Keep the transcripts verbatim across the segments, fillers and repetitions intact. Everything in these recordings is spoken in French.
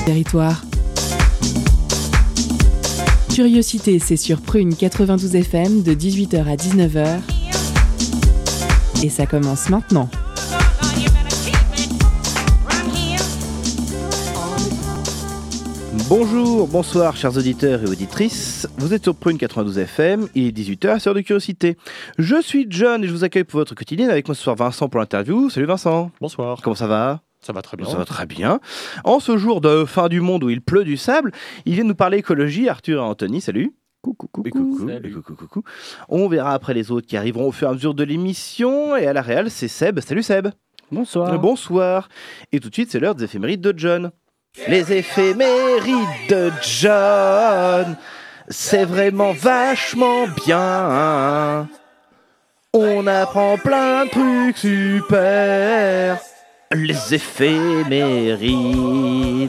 Territoire. Curiosité, c'est sur Prune quatre-vingt-douze F M de dix-huit heures à dix-neuf heures. Et ça commence maintenant. Bonjour, bonsoir chers auditeurs et auditrices, vous êtes sur Prune quatre-vingt-douze F M, il est dix-huit heures, c'est l'heure de Curiosité. Je suis John et je vous accueille pour votre quotidienne avec moi ce soir Vincent pour l'interview. Salut Vincent. Bonsoir. Comment ça va ? Ça va très bien. Ça va très bien. En ce jour de fin du monde où il pleut du sable, il vient nous parler écologie, Arthur et Anthony, salut. Coucou, coucou. Et coucou, Salut. et coucou, coucou. On verra après les autres qui arriveront au fur et à mesure de l'émission. Et à la réal, c'est Seb. Salut Seb. Bonsoir. Euh, Bonsoir. Et tout de suite, c'est l'heure des éphémérides de John. Les éphémérides de John, c'est vraiment vachement bien. On apprend plein de trucs super. Les éphémérides.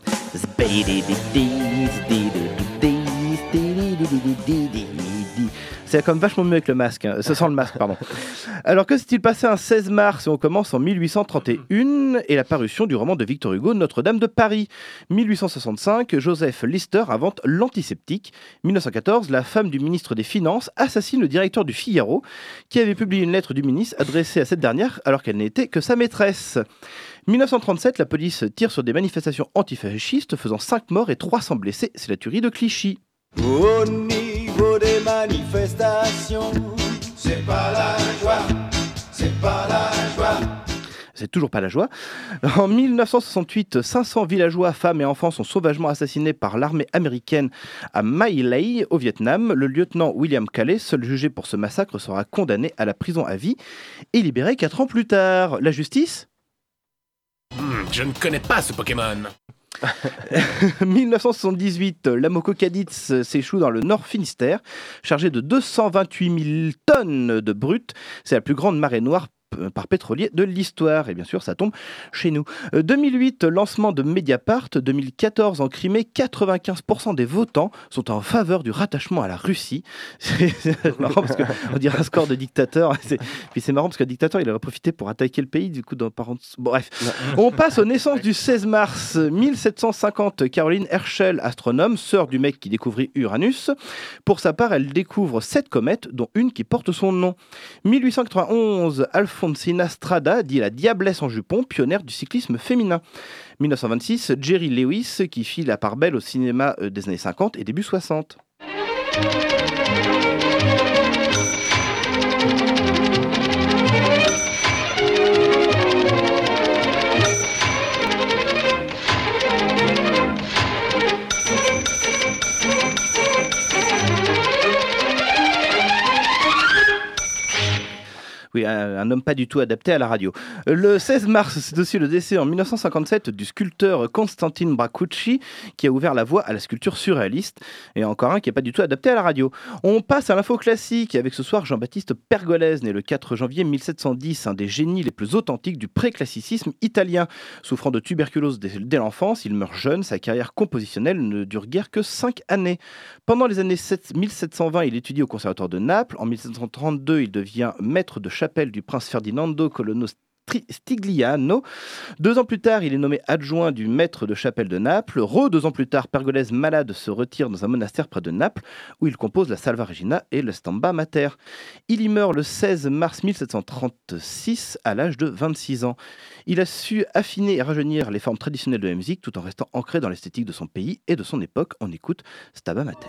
C'est comme vachement mieux avec le masque, hein. Ça sent le masque, pardon. Alors que s'est-il passé un seize mars et on commence en mille huit cent trente et un et la parution du roman de Victor Hugo Notre-Dame de Paris. mille huit cent soixante-cinq, Joseph Lister invente l'antiseptique. mille neuf cent quatorze, la femme du ministre des Finances assassine le directeur du Figaro qui avait publié une lettre du ministre adressée à cette dernière alors qu'elle n'était que sa maîtresse. mille neuf cent trente-sept, la police tire sur des manifestations antifascistes faisant cinq morts et trois cents blessés. C'est la tuerie de Clichy. Au niveau des manifestations, c'est pas la joie, c'est pas la joie. C'est toujours pas la joie. En mille neuf cent soixante-huit, cinq cents villageois, femmes et enfants sont sauvagement assassinés par l'armée américaine à My Lai, au Vietnam. Le lieutenant William Calley, seul jugé pour ce massacre, sera condamné à la prison à vie et libéré quatre ans plus tard. La justice ? Hmm, je ne connais pas ce Pokémon. mille neuf cent soixante-dix-huit, l'Amococaditz s'échoue dans le Nord Finistère, chargé de deux cent vingt-huit mille tonnes de brut. C'est la plus grande marée noire par pétrolier de l'histoire. Et bien sûr, ça tombe chez nous. Euh, deux mille huit, lancement de Mediapart. deux mille quatorze, en Crimée, quatre-vingt-quinze pour cent des votants sont en faveur du rattachement à la Russie. C'est, c'est marrant parce qu'on dirait un score de dictateur. C'est, puis c'est marrant parce que le dictateur, il aurait profité pour attaquer le pays. Du coup, dans, par... bon, bref. On passe aux naissances du seize mars mille sept cent cinquante. Caroline Herschel, astronome, sœur du mec qui découvrit Uranus. Pour sa part, elle découvre sept comètes, dont une qui porte son nom. mille huit cent quatre-vingt-onze, Alphonsina Strada, dit la diablesse en jupon, pionnière du cyclisme féminin. mille neuf cent vingt-six, Jerry Lewis, qui fit la part belle au cinéma des années cinquante et début soixante. Oui, un, un homme pas du tout adapté à la radio. Le seize mars, c'est aussi le décès en mille neuf cent cinquante-sept du sculpteur Constantin Bracucci qui a ouvert la voie à la sculpture surréaliste. Et encore un qui n'est pas du tout adapté à la radio. On passe à l'info classique avec ce soir Jean-Baptiste Pergolèse, né le quatre janvier mille sept cent dix, un des génies les plus authentiques du préclassicisme italien. Souffrant de tuberculose dès, dès l'enfance, il meurt jeune, sa carrière compositionnelle ne dure guère que cinq années. Pendant les années mille sept cent vingt, il étudie au conservatoire de Naples. En mille sept cent trente-deux, il devient maître de chapelle du prince Ferdinando Colonna Stigliano. Deux ans plus tard, il est nommé adjoint du maître de chapelle de Naples. Re, deux ans plus tard, Pergolèse, malade, se retire dans un monastère près de Naples où il compose la Salve Regina et le Stamba Mater. Il y meurt le seize mars mille sept cent trente-six à l'âge de vingt-six ans. Il a su affiner et rajeunir les formes traditionnelles de la musique tout en restant ancré dans l'esthétique de son pays et de son époque. On écoute Stamba Mater.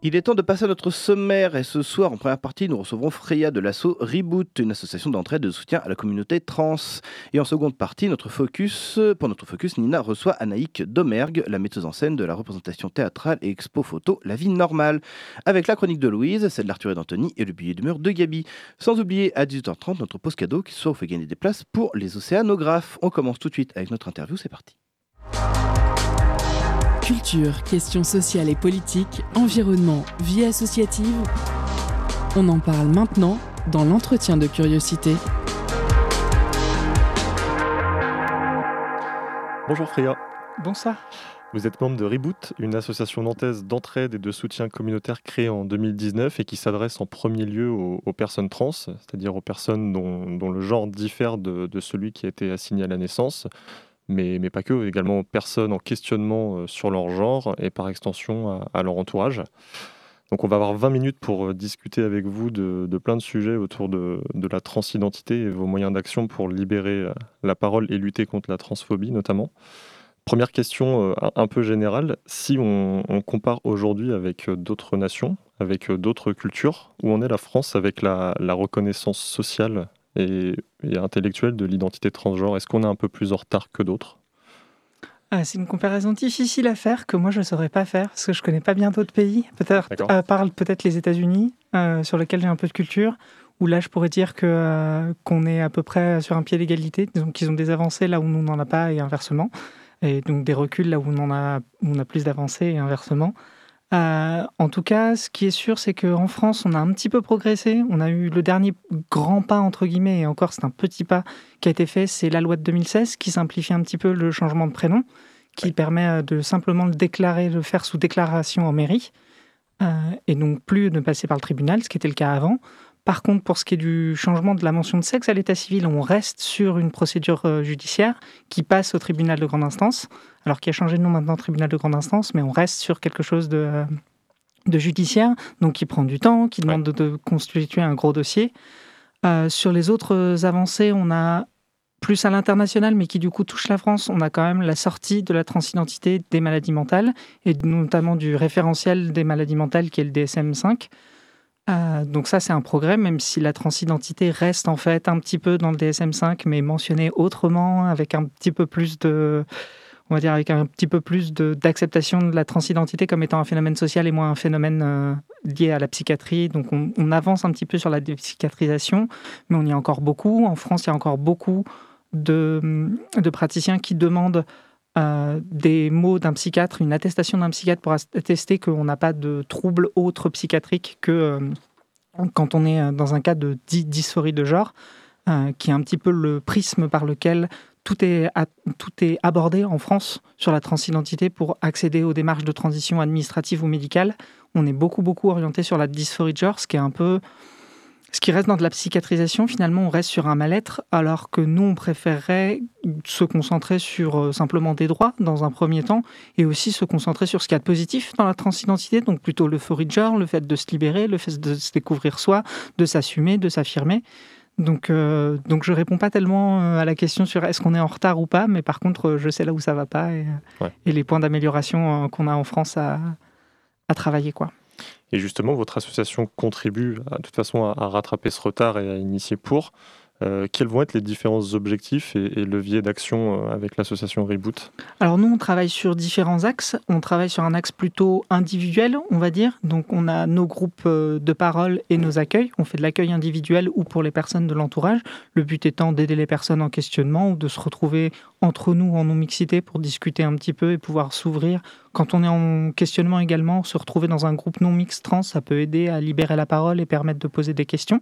Il est temps de passer à notre sommaire et ce soir en première partie nous recevrons Freya de l'asso Reboot, une association d'entraide et de soutien à la communauté trans. Et en seconde partie, notre focus, pour notre focus, Nina reçoit Anaïk Domergue, la metteuse en scène de la représentation théâtrale et expo photo La vie normale. Avec la chronique de Louise, celle d'Arthur et d'Anthony et le billet d'humeur de Gabi. Sans oublier à dix-huit heures trente notre pause cadeau qui soit vous fait gagner des places pour les océanographes. On commence tout de suite avec notre interview, c'est parti. Culture, questions sociales et politiques, environnement, vie associative. On en parle maintenant dans l'entretien de curiosité. Bonjour Freya. Bonsoir. Vous êtes membre de Reboot, une association nantaise d'entraide et de soutien communautaire créée en deux mille dix-neuf et qui s'adresse en premier lieu aux, aux personnes trans, c'est-à-dire aux personnes dont, dont le genre diffère de, de celui qui a été assigné à la naissance. Mais, mais pas que, également aux personnes en questionnement sur leur genre et par extension à, à leur entourage. Donc on va avoir vingt minutes pour discuter avec vous de, de plein de sujets autour de, de la transidentité et vos moyens d'action pour libérer la parole et lutter contre la transphobie notamment. Première question un peu générale, si on, on compare aujourd'hui avec d'autres nations, avec d'autres cultures, où en est la France avec la, la reconnaissance sociale Et, et intellectuelle de l'identité transgenre? Est-ce qu'on est un peu plus en retard que d'autres? ah, C'est une comparaison difficile à faire que moi je ne saurais pas faire parce que je ne connais pas bien d'autres pays. Peut-être, à part peut-être les États-Unis, euh, sur lesquels j'ai un peu de culture, où là je pourrais dire que, euh, qu'on est à peu près sur un pied d'égalité, donc qu'ils ont des avancées là où nous n'en a pas et inversement, et donc des reculs là où on, en a, où on a plus d'avancées et inversement. Euh, en tout cas, ce qui est sûr, c'est qu'en France, on a un petit peu progressé. On a eu le dernier grand pas, entre guillemets, et encore, c'est un petit pas qui a été fait, c'est la loi de deux mille seize qui simplifie un petit peu le changement de prénom, qui ouais. permet de simplement le déclarer, le faire sous déclaration en mairie, euh, et donc plus de passer par le tribunal, ce qui était le cas avant. Par contre, pour ce qui est du changement de la mention de sexe à l'état civil, on reste sur une procédure euh, judiciaire qui passe au tribunal de grande instance, alors qu'il a changé de nom maintenant tribunal de grande instance, mais on reste sur quelque chose de, euh, de judiciaire, donc qui prend du temps, qui demande ouais. de, de constituer un gros dossier. Euh, sur les autres avancées, on a plus à l'international, mais qui du coup touche la France, on a quand même la sortie de la transidentité des maladies mentales, et notamment du référentiel des maladies mentales qui est le D S M cinq. Euh, donc ça, c'est un progrès, même si la transidentité reste en fait un petit peu dans le D S M cinq, mais mentionnée autrement, avec un petit peu plus de, on va dire, avec un petit peu plus de, d'acceptation de la transidentité comme étant un phénomène social et moins un phénomène euh, lié à la psychiatrie. Donc on, on avance un petit peu sur la dépsychiatrisation, mais on y a encore beaucoup. En France, il y a encore beaucoup de, de praticiens qui demandent Euh, des mots d'un psychiatre, une attestation d'un psychiatre pour attester qu'on n'a pas de troubles autres psychiatriques que euh, quand on est dans un cas de dy- dysphorie de genre, euh, qui est un petit peu le prisme par lequel tout est, à, tout est abordé en France sur la transidentité pour accéder aux démarches de transition administrative ou médicale. On est beaucoup, beaucoup orienté sur la dysphorie de genre, ce qui est un peu... Ce qui reste dans de la psychiatrisation, finalement, on reste sur un mal-être, alors que nous, on préférerait se concentrer sur euh, simplement des droits, dans un premier temps, et aussi se concentrer sur ce qu'il y a de positif dans la transidentité, donc plutôt l'euphorie de genre, le fait de se libérer, le fait de se découvrir soi, de s'assumer, de s'affirmer. Donc, euh, donc je ne réponds pas tellement euh, à la question sur est-ce qu'on est en retard ou pas, mais par contre, euh, je sais là où ça ne va pas, et, ouais. et les points d'amélioration euh, qu'on a en France à, à travailler, quoi. Et justement, votre association contribue de toute façon à, à rattraper ce retard et à initier pour. Euh, quels vont être les différents objectifs et, et leviers d'action avec l'association Reboot? Alors nous, on travaille sur différents axes. On travaille sur un axe plutôt individuel, on va dire. Donc on a nos groupes de parole et nos accueils. On fait de l'accueil individuel ou pour les personnes de l'entourage. Le but étant d'aider les personnes en questionnement ou de se retrouver entre nous en non-mixité pour discuter un petit peu et pouvoir s'ouvrir. Quand on est en questionnement également, se retrouver dans un groupe non-mix trans, ça peut aider à libérer la parole et permettre de poser des questions.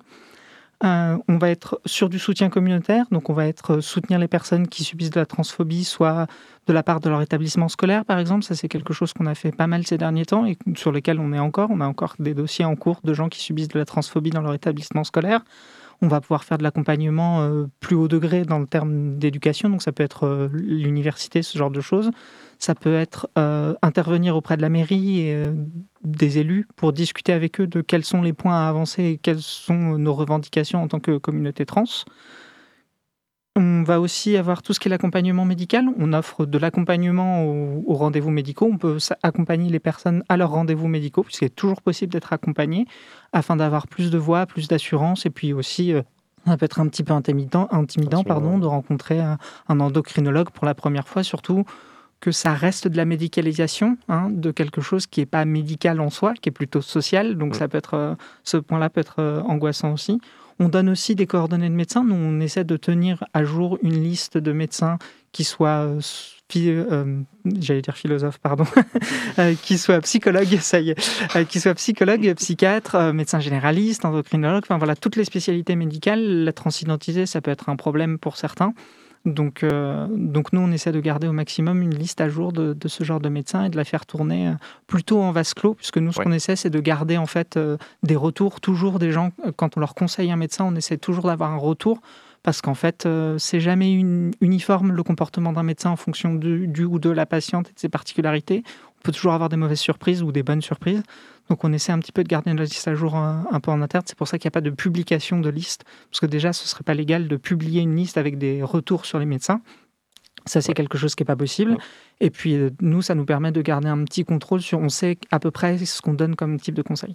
Euh, on va être sur du soutien communautaire, donc on va être soutenir les personnes qui subissent de la transphobie, soit de la part de leur établissement scolaire, par exemple. Ça, c'est quelque chose qu'on a fait pas mal ces derniers temps et sur lequel on est encore. On a encore des dossiers en cours de gens qui subissent de la transphobie dans leur établissement scolaire. On va pouvoir faire de l'accompagnement euh, plus haut degré dans le terme d'éducation, donc ça peut être euh, l'université, ce genre de choses. Ça peut être euh, intervenir auprès de la mairie et euh, des élus pour discuter avec eux de quels sont les points à avancer et quelles sont nos revendications en tant que communauté trans. On va aussi avoir tout ce qui est l'accompagnement médical. On offre de l'accompagnement aux, aux rendez-vous médicaux. On peut accompagner les personnes à leurs rendez-vous médicaux, puisqu'il est toujours possible d'être accompagné, afin d'avoir plus de voix, plus d'assurance, et puis aussi... Euh, ça peut être un petit peu intimidant, intimidant pardon, de rencontrer un, un endocrinologue pour la première fois, surtout que ça reste de la médicalisation, hein, de quelque chose qui n'est pas médical en soi, qui est plutôt social. Donc, mmh. ça peut être, euh, ce point-là peut être euh, angoissant aussi. On donne aussi des coordonnées de médecins. Nous, on essaie de tenir à jour une liste de médecins qui soient, euh, phi- euh, j'allais dire philosophes, pardon, euh, qui soient psychologues, ça y est, euh, qui soient psychologues, psychiatres, euh, médecins généralistes, endocrinologues, enfin voilà, toutes les spécialités médicales. La transidentité, ça peut être un problème pour certains. Donc, euh, donc nous, on essaie de garder au maximum une liste à jour de, de ce genre de médecins et de la faire tourner euh, plutôt en vase clos, puisque nous, ce ouais. qu'on essaie, c'est de garder en fait euh, des retours, toujours des gens, euh, quand on leur conseille un médecin, on essaie toujours d'avoir un retour, parce qu'en fait, euh, c'est jamais une, uniforme le comportement d'un médecin en fonction du, du ou de la patiente et de ses particularités. On peut toujours avoir des mauvaises surprises ou des bonnes surprises. Donc on essaie un petit peu de garder une liste à jour un, un peu en interne. C'est pour ça qu'il n'y a pas de publication de liste, parce que déjà, ce ne serait pas légal de publier une liste avec des retours sur les médecins. Ça, c'est ouais. quelque chose qui n'est pas possible. Ouais. Et puis, euh, nous, ça nous permet de garder un petit contrôle sur... On sait à peu près ce qu'on donne comme type de conseil.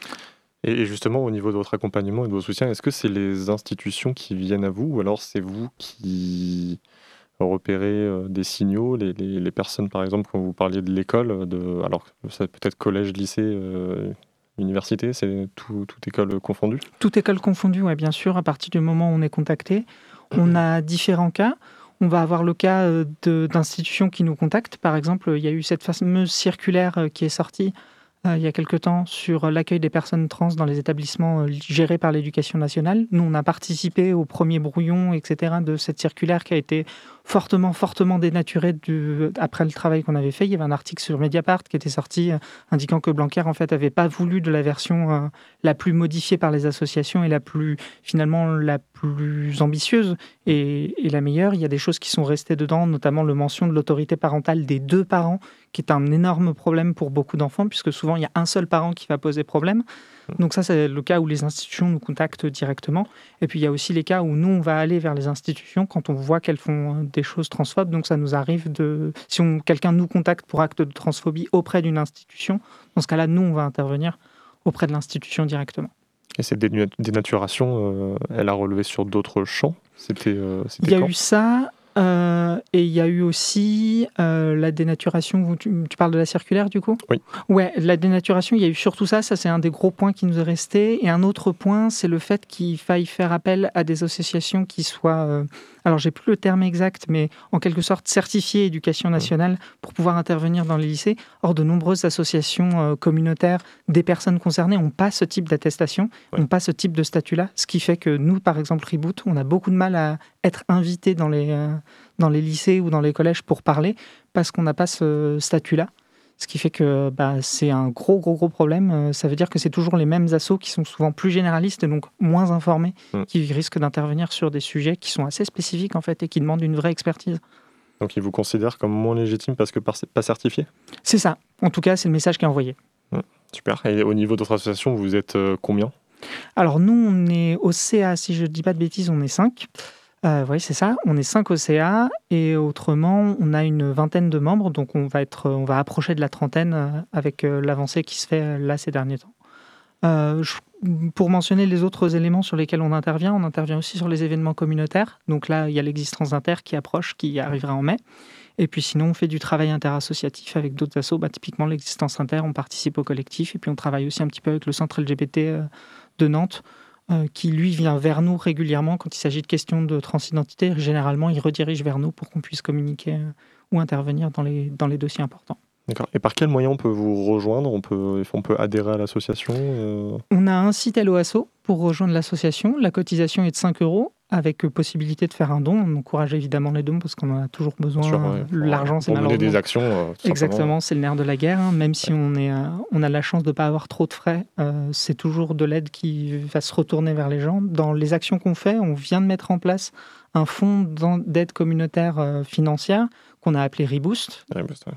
Et justement, au niveau de votre accompagnement et de vos soutiens, est-ce que c'est les institutions qui viennent à vous, ou alors c'est vous qui repérez euh, des signaux, les, les, les personnes, par exemple, quand vous parliez de l'école, de, alors ça peut être collège, lycée, euh, université, c'est tout, toute école confondue ? Toute école confondue, oui, bien sûr. À partir du moment où on est contacté, on a différents cas. On va avoir le cas de, d'institutions qui nous contactent. Par exemple, il y a eu cette fameuse circulaire qui est sortie euh, il y a quelque temps sur l'accueil des personnes trans dans les établissements euh, gérés par l'Éducation nationale. Nous, on a participé au premier brouillon, et cetera, de cette circulaire qui a été fortement, fortement dénaturée du, après le travail qu'on avait fait. Il y avait un article sur Mediapart qui était sorti euh, indiquant que Blanquer, en fait, n'avait pas voulu de la version euh, la plus modifiée par les associations et la plus, finalement, la plus ambitieuse et, et la meilleure. Il y a des choses qui sont restées dedans, notamment le mention de l'autorité parentale des deux parents, qui est un énorme problème pour beaucoup d'enfants, puisque souvent, il y a un seul parent qui va poser problème. Donc ça, c'est le cas où les institutions nous contactent directement. Et puis, il y a aussi les cas où nous, on va aller vers les institutions quand on voit qu'elles font des choses transphobes. Donc, ça nous arrive de... Si on, quelqu'un nous contacte pour acte de transphobie auprès d'une institution, dans ce cas-là, nous, on va intervenir auprès de l'institution directement. Et cette dénaturation, euh, elle a relevé sur d'autres champs ? C'était, euh, c'était Il y a quand ? eu ça... Euh, et il y a eu aussi euh, la dénaturation. Tu, tu parles de la circulaire, du coup ? Oui. Ouais, la dénaturation, il y a eu surtout ça. Ça, c'est un des gros points qui nous est resté. Et un autre point, c'est le fait qu'il faille faire appel à des associations qui soient... Euh, alors, j'ai plus le terme exact, mais en quelque sorte certifiées éducation nationale pour pouvoir intervenir dans les lycées. Or, de nombreuses associations euh, communautaires des personnes concernées n'ont pas ce type d'attestation, n'ont ouais. pas ce type de statut-là. Ce qui fait que nous, par exemple, Reboot, on a beaucoup de mal à être invités dans les... Euh, dans les lycées ou dans les collèges pour parler, parce qu'on n'a pas ce statut-là. Ce qui fait que bah, c'est un gros, gros, gros problème. Ça veut dire que c'est toujours les mêmes assos qui sont souvent plus généralistes et donc moins informés, mmh. qui risquent d'intervenir sur des sujets qui sont assez spécifiques en fait et qui demandent une vraie expertise. Donc ils vous considèrent comme moins légitime parce que pas certifié ? C'est ça. En tout cas, c'est le message qui est envoyé. Mmh. Super. Et au niveau de votre association, vous êtes euh, combien ? Alors nous, on est au C A, si je ne dis pas de bêtises, on est cinq. Euh, oui, c'est ça. On est cinq au C A et autrement, on a une vingtaine de membres. Donc, on va, être, on va approcher de la trentaine avec l'avancée qui se fait là ces derniers temps. Euh, je, pour mentionner les autres éléments sur lesquels on intervient, on intervient aussi sur les événements communautaires. Donc là, il y a l'Existence Inter qui approche, qui arrivera en mai. Et puis sinon, on fait du travail interassociatif avec d'autres assos. Bah, typiquement, l'Existence Inter, on participe au collectif. Et puis, on travaille aussi un petit peu avec le centre L G B T de Nantes, Euh, qui, lui, vient vers nous régulièrement quand il s'agit de questions de transidentité. Généralement, il redirige vers nous pour qu'on puisse communiquer euh, ou intervenir dans les, dans les dossiers importants. D'accord. Et par quel moyen on peut vous rejoindre ? On peut, on peut adhérer à l'association euh... On a un site Hello Asso pour rejoindre l'association. La cotisation est de cinq euros avec possibilité de faire un don. On encourage évidemment les dons parce qu'on en a toujours besoin. Sûr, ouais. L'argent, c'est malheureusement... Pour mener des actions. Euh, Exactement, c'est le nerf de la guerre. Hein. Même si on, est, euh, on a la chance de ne pas avoir trop de frais, euh, c'est toujours de l'aide qui va se retourner vers les gens. Dans les actions qu'on fait, on vient de mettre en place un fonds d'aide communautaire euh, financière qu'on a appelé Reboost. Reboost, ouais. Tout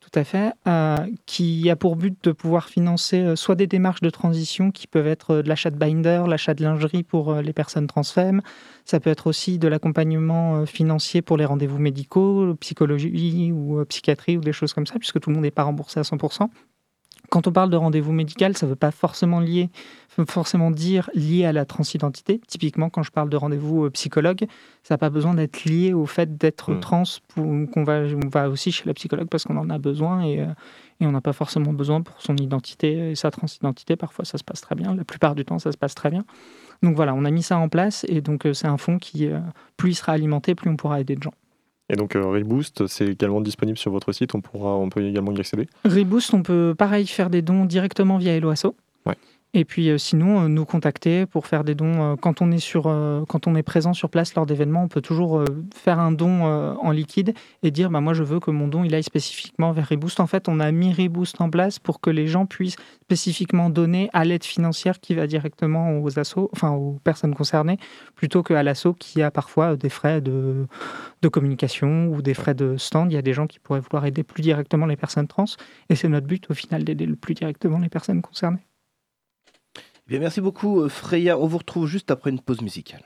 tout à fait, euh, qui a pour but de pouvoir financer euh, soit des démarches de transition qui peuvent être euh, de l'achat de binder, l'achat de lingerie pour euh, les personnes transfemmes. Ça peut être aussi de l'accompagnement euh, financier pour les rendez-vous médicaux, psychologie ou euh, psychiatrie ou des choses comme ça, puisque tout le monde n'est pas remboursé à cent pour cent. Quand on parle de rendez-vous médical, ça ne veut pas forcément, lier, forcément dire lié à la transidentité. Typiquement, quand je parle de rendez-vous psychologue, ça n'a pas besoin d'être lié au fait d'être mmh. trans, pour, qu'on va, on va aussi chez la psychologue parce qu'on en a besoin et, et on n'a pas forcément besoin pour son identité et sa transidentité. Parfois, ça se passe très bien. La plupart du temps, ça se passe très bien. Donc voilà, on a mis ça en place et donc c'est un fonds qui, plus il sera alimenté, plus on pourra aider de gens. Et donc euh, Reboost, c'est également disponible sur votre site, on, pourra, on peut également y accéder. Reboost, on peut pareil faire des dons directement via Hello Asso. Ouais. Et puis euh, sinon, euh, nous contacter pour faire des dons. Euh, quand, on est sur, euh, quand on est présent sur place lors d'événements, on peut toujours euh, faire un don euh, en liquide et dire bah, « moi je veux que mon don il aille spécifiquement vers Reboost ». En fait, on a mis Reboost en place pour que les gens puissent spécifiquement donner à l'aide financière qui va directement aux assos, enfin aux personnes concernées, plutôt qu'à l'asso qui a parfois des frais de, de communication ou des frais de stand. Il y a des gens qui pourraient vouloir aider plus directement les personnes trans et c'est notre but au final d'aider le plus directement les personnes concernées. Bien, merci beaucoup Freya, on vous retrouve juste après une pause musicale.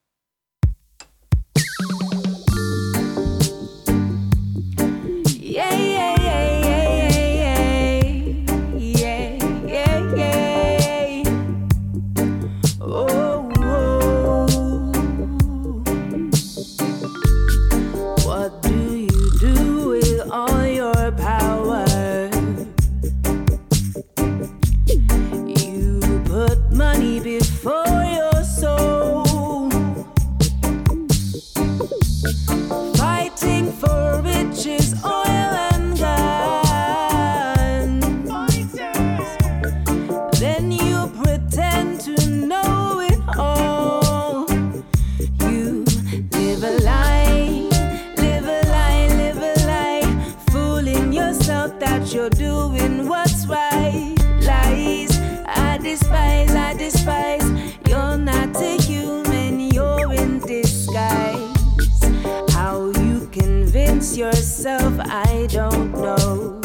Yourself, I don't know.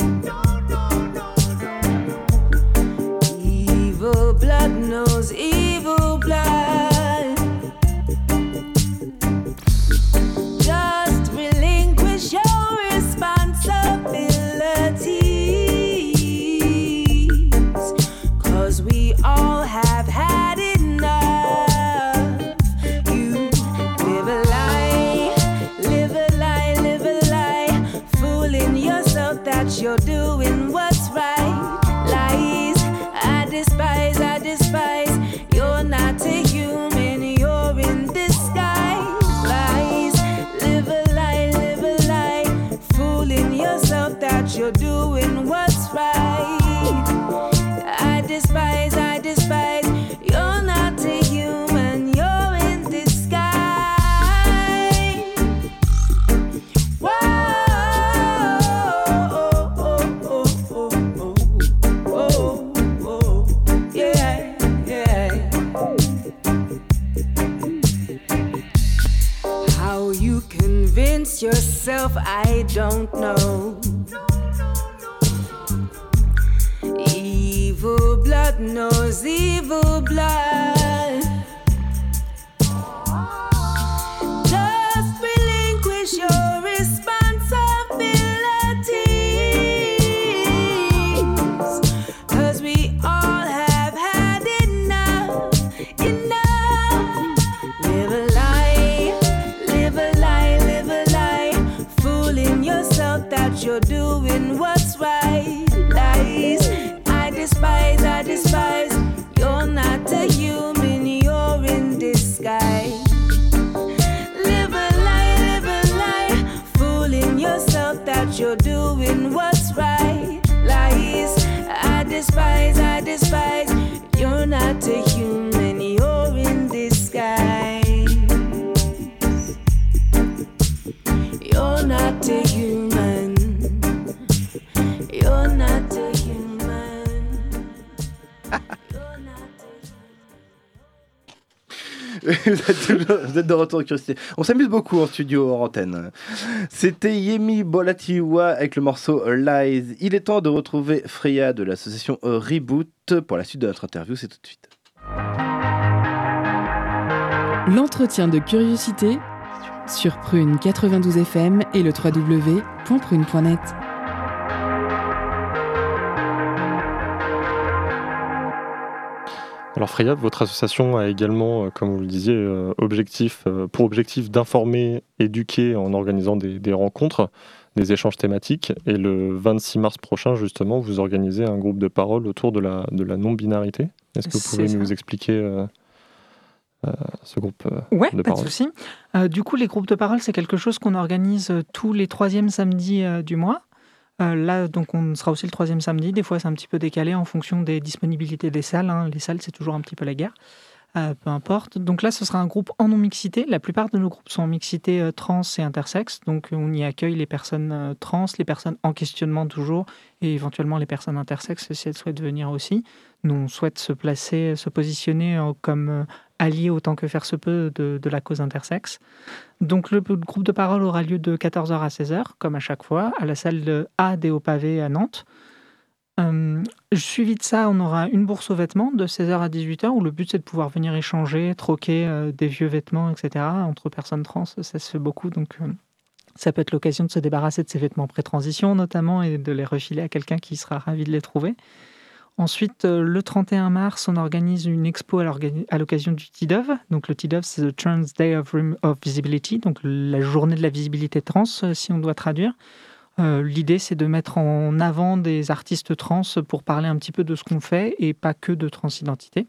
Evil blood knows evil blood. Just relinquish your responsibilities, 'cause we all have had enough. You live a lie, live a lie, live a lie, fooling yourself that you're doing what's right. Lies, I despise, I despise. You're not a human, you're in disguise. Lies, live a lie, live a lie, fooling yourself that you're doing what's right. I despise, I despise. You're not a human, you're in disguise. Whoa, oh, oh, oh, oh, oh, oh, oh, yeah, yeah. How you convince yourself, I don't know. Evil blood knows evil blood. Just relinquish your responsibilities, 'cause we all have had enough, enough. Live a lie, live a lie, live a lie, fooling yourself that you're doing what's right. Lies, I despise, I despise. You're not a human, you're in disguise. Live a lie, live a lie, fooling yourself that you're doing what's right. Lies, I despise, I despise. You're not a human, you're in disguise. You're not a human. You're not a human. You're not a human. vous, êtes toujours, vous êtes de retour en Curiosité. On s'amuse beaucoup en studio, hors antenne. C'était Yemi Bolatiwa avec le morceau Lies. Il est temps de retrouver Freya de l'association Reboot pour la suite de notre interview. C'est tout de suite. L'entretien de Curiosité sur Prune quatre-vingt-douze F M et le w w w point prune point net. Alors Freya, votre association a également, comme vous le disiez, euh, objectif, euh, pour objectif d'informer, éduquer en organisant des, des rencontres, des échanges thématiques. Et le vingt-six mars prochain, justement, vous organisez un groupe de parole autour de la, de la non-binarité. Est-ce que vous pouvez C'est nous ça. expliquer euh, euh, ce groupe euh, ouais, de parole ? Ouais, pas de souci. Euh, du coup, les groupes de parole, c'est quelque chose qu'on organise tous les troisièmes samedis euh, du mois. Euh, là, donc, on sera aussi le troisième samedi. Des fois, c'est un petit peu décalé en fonction des disponibilités des salles. Hein. Les salles, c'est toujours un petit peu la guerre. Euh, peu importe. Donc là, ce sera un groupe en non-mixité. La plupart de nos groupes sont en mixité euh, trans et intersexe. Donc, on y accueille les personnes euh, trans, les personnes en questionnement toujours, et éventuellement les personnes intersexes si elles souhaitent venir aussi. Nous, on souhaite se placer, se positionner euh, comme euh, alliés autant que faire se peut de, de la cause intersexe. Donc, le, le groupe de parole aura lieu de quatorze heures à seize heures, comme à chaque fois, à la salle de A des Hauts-Pavés à Nantes. Euh, suivi de ça, on aura une bourse aux vêtements de seize heures à dix-huit heures, où le but, c'est de pouvoir venir échanger, troquer euh, des vieux vêtements, et cetera. Entre personnes trans, ça se fait beaucoup, donc euh, ça peut être l'occasion de se débarrasser de ces vêtements pré-transition, notamment, et de les refiler à quelqu'un qui sera ravi de les trouver. Ensuite, euh, le trente et un mars, on organise une expo à, à l'occasion du T D O V. Donc, le T D O V, c'est The Trans Day of, of Visibility, donc la journée de la visibilité trans, euh, si on doit traduire. Euh, l'idée, c'est de mettre en avant des artistes trans pour parler un petit peu de ce qu'on fait et pas que de transidentité.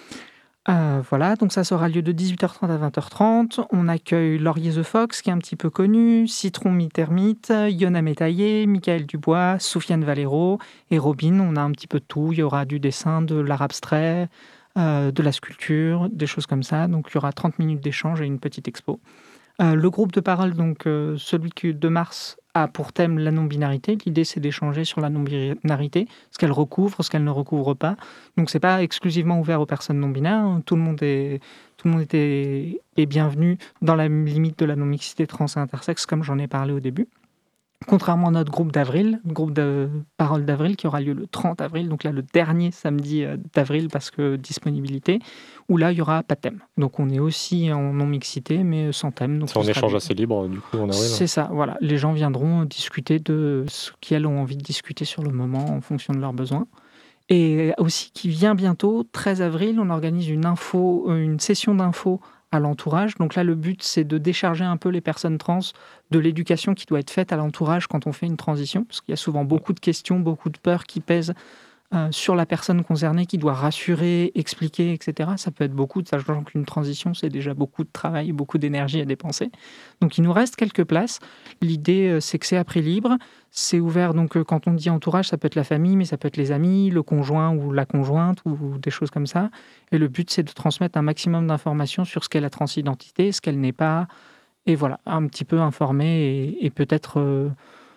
Euh, voilà, donc ça sera lieu de dix-huit heures trente à vingt heures trente. On accueille Laurier The Fox, qui est un petit peu connu, Citron Mitermite, Yona Métaillé, Michael Dubois, Soufiane Valero et Robin. On a un petit peu de tout. Il y aura du dessin, de l'art abstrait, euh, de la sculpture, des choses comme ça. Donc il y aura trente minutes d'échange et une petite expo. Euh, le groupe de parole, donc euh, celui de mars, a pour thème la non-binarité. L'idée, c'est d'échanger sur la non-binarité, ce qu'elle recouvre, ce qu'elle ne recouvre pas. Donc, c'est pas exclusivement ouvert aux personnes non-binaires. Tout le monde est, tout le monde est, est bienvenu dans la limite de la non-mixité trans et intersexe, comme j'en ai parlé au début. Contrairement à notre groupe d'avril, le groupe de parole d'avril qui aura lieu le trente avril, donc là le dernier samedi d'avril parce que disponibilité, où là il n'y aura pas de thème. Donc on est aussi en non-mixité mais sans thème. Donc c'est un échange assez libre du coup en avril. C'est ça, voilà. Les gens viendront discuter de ce qu'elles ont envie de discuter sur le moment en fonction de leurs besoins. Et aussi qui vient bientôt, treize avril, on organise une, info, une session d'infos à l'entourage. Donc là, le but, c'est de décharger un peu les personnes trans de l'éducation qui doit être faite à l'entourage quand on fait une transition, parce qu'il y a souvent beaucoup de questions, beaucoup de peurs qui pèsent euh, sur la personne concernée, qui doit rassurer, expliquer, et cetera. Ça peut être beaucoup, sachant qu'une transition, c'est déjà beaucoup de travail, beaucoup d'énergie à dépenser. Donc il nous reste quelques places. L'idée, c'est que c'est à prix libre. C'est ouvert, donc quand on dit entourage, ça peut être la famille, mais ça peut être les amis, le conjoint ou la conjointe, ou des choses comme ça. Et le but, c'est de transmettre un maximum d'informations sur ce qu'est la transidentité, ce qu'elle n'est pas, et voilà, un petit peu informer et, et peut-être euh,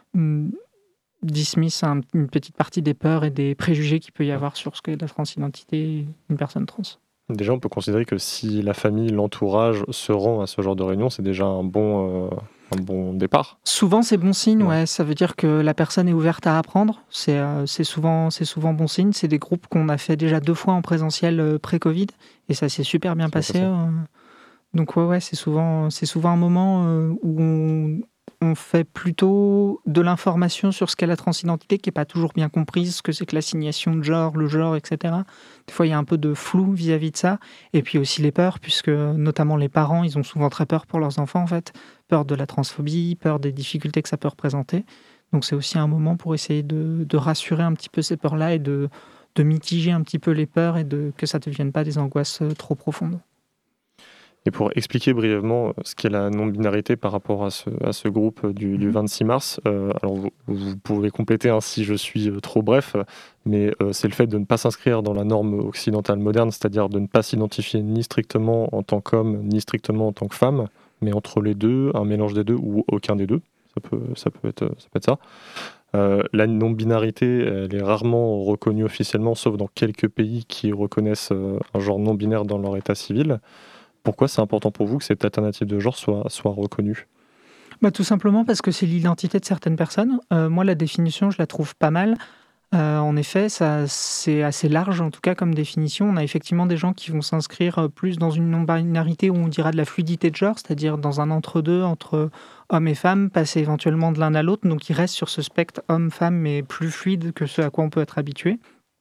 dismiss un, une petite partie des peurs et des préjugés qu'il peut y avoir sur ce qu'est la transidentité d'une personne trans. Déjà, on peut considérer que si la famille, l'entourage se rend à ce genre de réunion, c'est déjà un bon... Euh... un bon départ. Souvent, c'est bon signe, ouais. ouais. Ça veut dire que la personne est ouverte à apprendre. C'est, euh, c'est, souvent, c'est souvent bon signe. C'est des groupes qu'on a fait déjà deux fois en présentiel euh, pré-Covid et ça s'est super bien passé. passé. Euh, donc, ouais, ouais, c'est souvent, c'est souvent un moment euh, où on, on fait plutôt de l'information sur ce qu'est la transidentité qui n'est pas toujours bien comprise, ce que c'est que l'assignation de genre, le genre, et cetera. Des fois, il y a un peu de flou vis-à-vis de ça. Et puis aussi les peurs, puisque notamment les parents, ils ont souvent très peur pour leurs enfants, en fait. Peur de la transphobie, peur des difficultés que ça peut représenter. Donc c'est aussi un moment pour essayer de, de rassurer un petit peu ces peurs-là et de, de mitiger un petit peu les peurs et de, que ça ne devienne pas des angoisses trop profondes. Et pour expliquer brièvement ce qu'est la non-binarité par rapport à ce, à ce groupe du, du vingt-six mars, euh, alors vous, vous pouvez compléter hein, si je suis trop bref, mais euh, c'est le fait de ne pas s'inscrire dans la norme occidentale moderne, c'est-à-dire de ne pas s'identifier ni strictement en tant qu'homme, ni strictement en tant que femme, mais entre les deux, un mélange des deux ou aucun des deux, ça peut, ça peut, être, ça, peut être ça. Euh, la non-binarité, elle est rarement reconnue officiellement, sauf dans quelques pays qui reconnaissent euh, un genre non-binaire dans leur état civil. pourquoi c'est important pour vous que cette alternative de genre soit, soit reconnue ? Bah, tout simplement parce que c'est l'identité de certaines personnes. Euh, moi, la définition, je la trouve pas mal. Euh, en effet, ça, c'est assez large, en tout cas, comme définition. On a effectivement des gens qui vont s'inscrire plus dans une non-binarité où on dira de la fluidité de genre, c'est-à-dire dans un entre-deux entre hommes et femmes, passer éventuellement de l'un à l'autre. Donc, ils restent sur ce spectre homme-femme, mais plus fluide que ce à quoi on peut être habitué.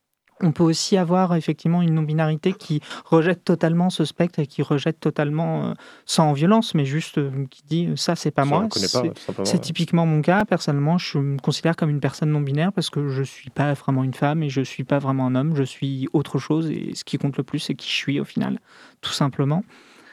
On peut aussi avoir effectivement une non-binarité qui rejette totalement ce spectre et qui rejette totalement, euh, sans violence, mais juste euh, qui dit euh, ça, c'est pas Ça, moi. on connaît C'est, pas, tout simplement, c'est ouais. typiquement mon cas. Personnellement, je me considère comme une personne non-binaire parce que je suis pas vraiment une femme et je suis pas vraiment un homme. Je suis autre chose et ce qui compte le plus, c'est qui je suis au final, tout simplement.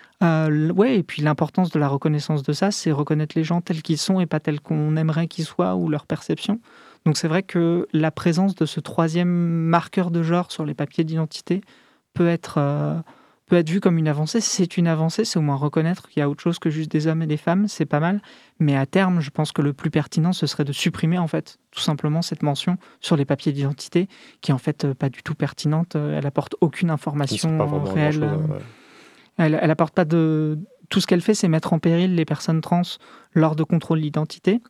Euh, ouais, et puis l'importance de la reconnaissance de ça, c'est reconnaître les gens tels qu'ils sont et pas tels qu'on aimerait qu'ils soient ou leur perception. Donc c'est vrai que la présence de ce troisième marqueur de genre sur les papiers d'identité peut être, euh, peut être vue comme une avancée. C'est une avancée, c'est au moins reconnaître qu'il y a autre chose que juste des hommes et des femmes, c'est pas mal. Mais à terme, je pense que le plus pertinent, ce serait de supprimer en fait tout simplement cette mention sur les papiers d'identité qui est en fait pas du tout pertinente. Elle apporte aucune information réelle. Chose, ouais. Elle, elle apporte pas de... Tout ce qu'elle fait, c'est mettre en péril les personnes trans lors de contrôle d'identité.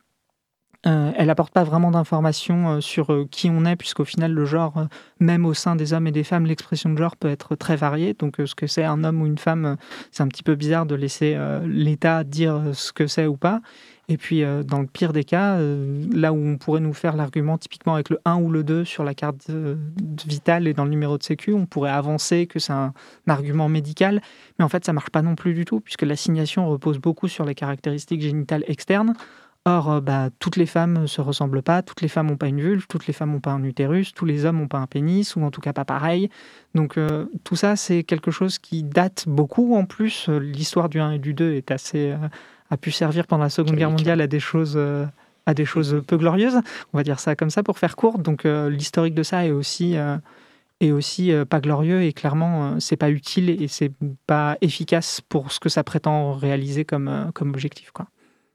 Euh, elle apporte pas vraiment d'informations euh, sur euh, qui on est, puisqu'au final, le genre, euh, même au sein des hommes et des femmes, l'expression de genre peut être très variée. Donc, euh, ce que c'est un homme ou une femme, euh, c'est un petit peu bizarre de laisser euh, l'État dire euh, ce que c'est ou pas. Et puis, euh, dans le pire des cas, euh, là où on pourrait nous faire l'argument typiquement avec le un ou le deux sur la carte euh, vitale et dans le numéro de sécu, on pourrait avancer que c'est un, un argument médical. Mais en fait, ça marche pas non plus du tout, puisque l'assignation repose beaucoup sur les caractéristiques génitales externes. Or, euh, bah, toutes les femmes ne se ressemblent pas, toutes les femmes n'ont pas une vulve, toutes les femmes n'ont pas un utérus, tous les hommes n'ont pas un pénis, ou en tout cas pas pareil. Donc euh, tout ça, c'est quelque chose qui date beaucoup. En plus, euh, l'histoire du un et du deux est assez, euh, a pu servir pendant la Seconde Guerre mondiale à des choses... Euh, à des choses peu glorieuses, on va dire ça comme ça pour faire court. Donc euh, l'historique de ça est aussi... Euh, et aussi euh, pas glorieux et clairement euh, c'est pas utile et c'est pas efficace pour ce que ça prétend réaliser comme, euh, comme objectif, quoi.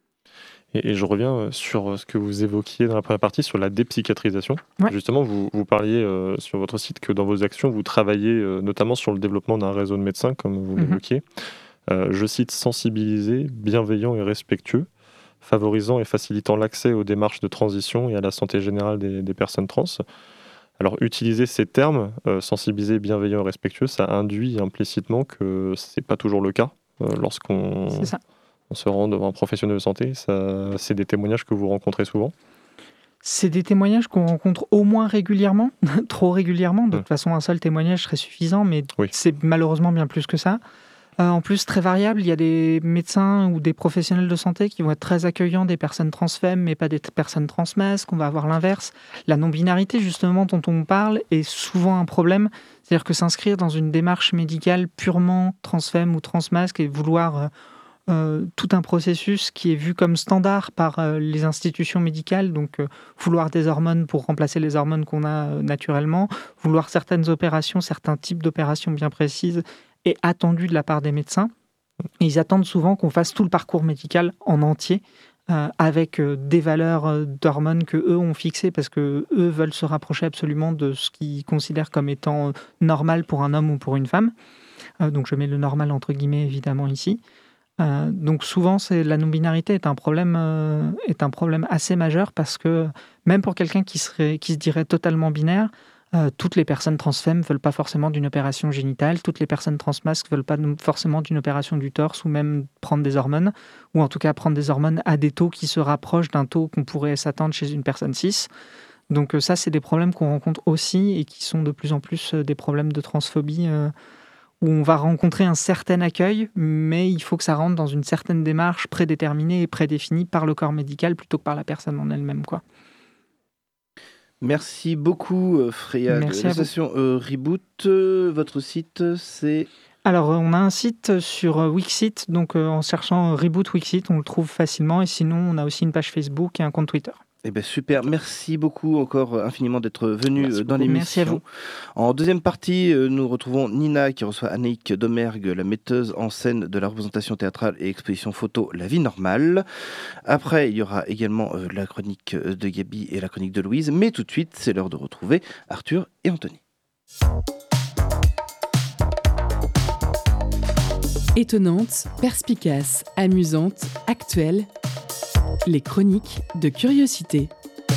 Et, et je reviens sur ce que vous évoquiez dans la première partie sur la dépsychiatrisation. Ouais. Justement, vous, vous parliez euh, sur votre site que dans vos actions, vous travaillez euh, notamment sur le développement d'un réseau de médecins, comme vous Mhm. l'évoquiez. Euh, je cite, sensibilisé, bienveillant et respectueux, favorisant et facilitant l'accès aux démarches de transition et à la santé générale des, des personnes trans. Alors, utiliser ces termes, euh, sensibilisé, bienveillant et respectueux, ça induit implicitement que c'est pas toujours le cas euh, lorsqu'on C'est ça. on se rend devant un professionnel de santé. Ça, c'est des témoignages que vous rencontrez souvent. C'est des témoignages qu'on rencontre au moins régulièrement, trop régulièrement. De Ouais. toute façon, un seul témoignage serait suffisant, mais Oui. c'est malheureusement bien plus que ça. Euh, en plus, très variable, il y a des médecins ou des professionnels de santé qui vont être très accueillants des personnes transfemmes, mais pas des t- personnes transmasques. On va avoir l'inverse. La non-binarité, justement, dont on parle, est souvent un problème. C'est-à-dire que s'inscrire dans une démarche médicale purement transfemme ou transmasque et vouloir euh, euh, tout un processus qui est vu comme standard par euh, les institutions médicales, donc euh, vouloir des hormones pour remplacer les hormones qu'on a euh, naturellement, vouloir certaines opérations, certains types d'opérations bien précises, est attendu de la part des médecins. Et ils attendent souvent qu'on fasse tout le parcours médical en entier, euh, avec euh, des valeurs euh, d'hormones que eux ont fixées, parce que eux veulent se rapprocher absolument de ce qu'ils considèrent comme étant euh, normal pour un homme ou pour une femme. Euh, donc je mets le normal entre guillemets évidemment ici. Euh, donc souvent, c'est, la non-binarité est un problème, euh, est un problème assez majeur, parce que même pour quelqu'un qui serait, qui se dirait totalement binaire, euh, toutes les personnes transfemmes veulent pas forcément d'une opération génitale, toutes les personnes transmasques veulent pas non- forcément d'une opération du torse ou même prendre des hormones, ou en tout cas prendre des hormones à des taux qui se rapprochent d'un taux qu'on pourrait s'attendre chez une personne cis. Donc euh, ça, c'est des problèmes qu'on rencontre aussi et qui sont de plus en plus euh, des problèmes de transphobie, euh, où on va rencontrer un certain accueil, mais il faut que ça rentre dans une certaine démarche prédéterminée et prédéfinie par le corps médical plutôt que par la personne en elle-même, quoi. Merci beaucoup, euh, Freya, Merci de à vous. l'association euh, Reboot. Euh, votre site, c'est... Alors, euh, on a un site sur euh, Wixit, donc euh, en cherchant euh, Reboot Wixit, on le trouve facilement. Et sinon, on a aussi une page Facebook et un compte Twitter. Eh ben super, merci beaucoup encore euh, infiniment d'être venu Merci euh, dans beaucoup. l'émission. Merci à vous. En deuxième partie, euh, nous retrouvons Nina qui reçoit Annick Domergue, la metteuse en scène de la représentation théâtrale et exposition photo La vie normale. Après, il y aura également euh, la chronique de Gabi et la chronique de Louise. Mais tout de suite, c'est l'heure de retrouver Arthur et Anthony. Étonnante, perspicace, amusante, actuelle, les chroniques de curiosité.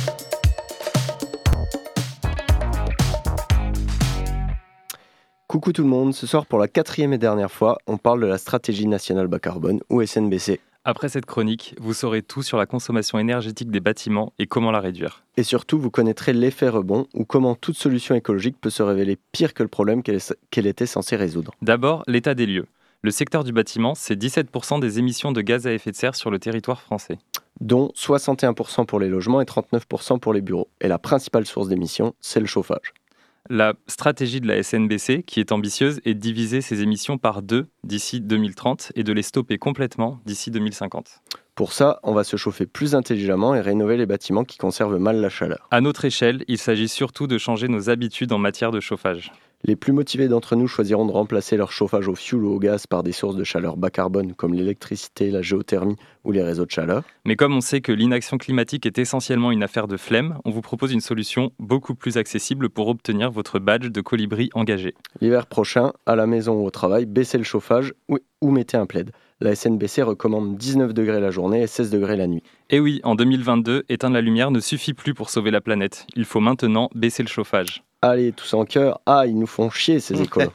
Coucou tout le monde, ce soir pour la quatrième et dernière fois, on parle de la stratégie nationale bas carbone ou S N B C. Après cette chronique, vous saurez tout sur la consommation énergétique des bâtiments et comment la réduire. Et surtout, vous connaîtrez l'effet rebond ou comment toute solution écologique peut se révéler pire que le problème qu'elle, est, qu'elle était censée résoudre. D'abord, l'état des lieux. Le secteur du bâtiment, c'est dix-sept pour cent des émissions de gaz à effet de serre sur le territoire français. Dont soixante et un pour cent pour les logements et trente-neuf pour cent pour les bureaux. Et la principale source d'émissions, c'est le chauffage. La stratégie de la S N B C, qui est ambitieuse, est de diviser ces émissions par deux d'ici deux mille trente et de les stopper complètement d'ici deux mille cinquante. Pour ça, on va se chauffer plus intelligemment et rénover les bâtiments qui conservent mal la chaleur. À notre échelle, il s'agit surtout de changer nos habitudes en matière de chauffage. Les plus motivés d'entre nous choisiront de remplacer leur chauffage au fioul ou au gaz par des sources de chaleur bas carbone comme l'électricité, la géothermie ou les réseaux de chaleur. Mais comme on sait que l'inaction climatique est essentiellement une affaire de flemme, on vous propose une solution beaucoup plus accessible pour obtenir votre badge de colibri engagé. L'hiver prochain, à la maison ou au travail, baissez le chauffage ou, ou mettez un plaid. La S N B C recommande dix-neuf degrés la journée et seize degrés la nuit. Et oui, en deux mille vingt-deux, éteindre la lumière ne suffit plus pour sauver la planète. Il faut maintenant baisser le chauffage. Allez, tous en cœur. Ah, ils nous font chier ces écolos.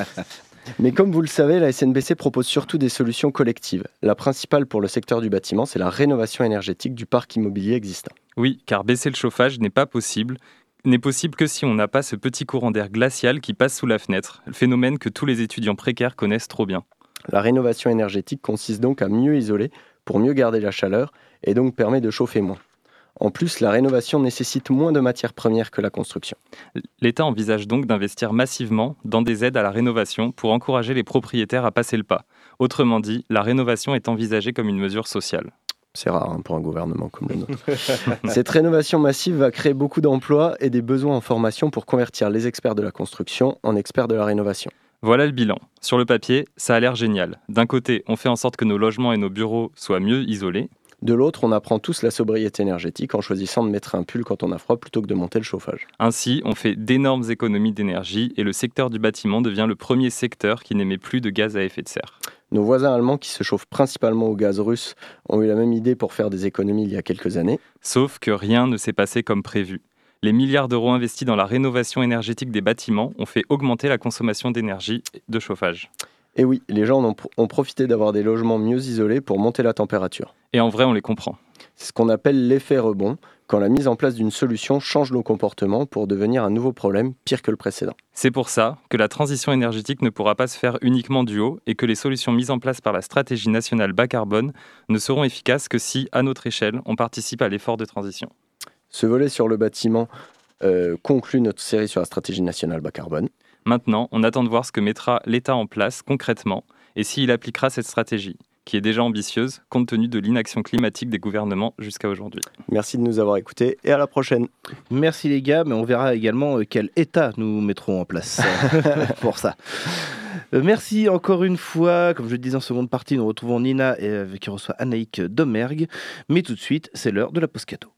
Mais comme vous le savez, la S N B C propose surtout des solutions collectives. La principale pour le secteur du bâtiment, c'est la rénovation énergétique du parc immobilier existant. Oui, car baisser le chauffage n'est pas possible. n'est possible que si on n'a pas ce petit courant d'air glacial qui passe sous la fenêtre, le phénomène que tous les étudiants précaires connaissent trop bien. La rénovation énergétique consiste donc à mieux isoler pour mieux garder la chaleur et donc permet de chauffer moins. En plus, la rénovation nécessite moins de matières premières que la construction. L'État envisage donc d'investir massivement dans des aides à la rénovation pour encourager les propriétaires à passer le pas. Autrement dit, la rénovation est envisagée comme une mesure sociale. C'est rare hein, pour un gouvernement comme le nôtre. Cette rénovation massive va créer beaucoup d'emplois et des besoins en formation pour convertir les experts de la construction en experts de la rénovation. Voilà le bilan. Sur le papier, ça a l'air génial. D'un côté, on fait en sorte que nos logements et nos bureaux soient mieux isolés. De l'autre, on apprend tous la sobriété énergétique en choisissant de mettre un pull quand on a froid plutôt que de monter le chauffage. Ainsi, on fait d'énormes économies d'énergie et le secteur du bâtiment devient le premier secteur qui n'émet plus de gaz à effet de serre. Nos voisins allemands qui se chauffent principalement au gaz russe ont eu la même idée pour faire des économies il y a quelques années. Sauf que rien ne s'est passé comme prévu. Les milliards d'euros investis dans la rénovation énergétique des bâtiments ont fait augmenter la consommation d'énergie et de chauffage. Et oui, les gens ont, ont profité d'avoir des logements mieux isolés pour monter la température. Et en vrai, on les comprend. C'est ce qu'on appelle l'effet rebond, quand la mise en place d'une solution change nos comportements pour devenir un nouveau problème pire que le précédent. C'est pour ça que la transition énergétique ne pourra pas se faire uniquement du haut et que les solutions mises en place par la stratégie nationale bas carbone ne seront efficaces que si, à notre échelle, on participe à l'effort de transition. Ce volet sur le bâtiment euh, conclut notre série sur la stratégie nationale bas carbone. Maintenant, on attend de voir ce que mettra l'État en place concrètement et s'il appliquera cette stratégie, qui est déjà ambitieuse compte tenu de l'inaction climatique des gouvernements jusqu'à aujourd'hui. Merci de nous avoir écoutés et à la prochaine. Merci les gars, mais on verra également quel État nous mettrons en place pour ça. Euh, merci encore une fois. Comme je le disais en seconde partie, nous retrouvons Nina et, euh, qui reçoit Anaïk Domergue. Mais tout de suite, c'est l'heure de la pause cadeau.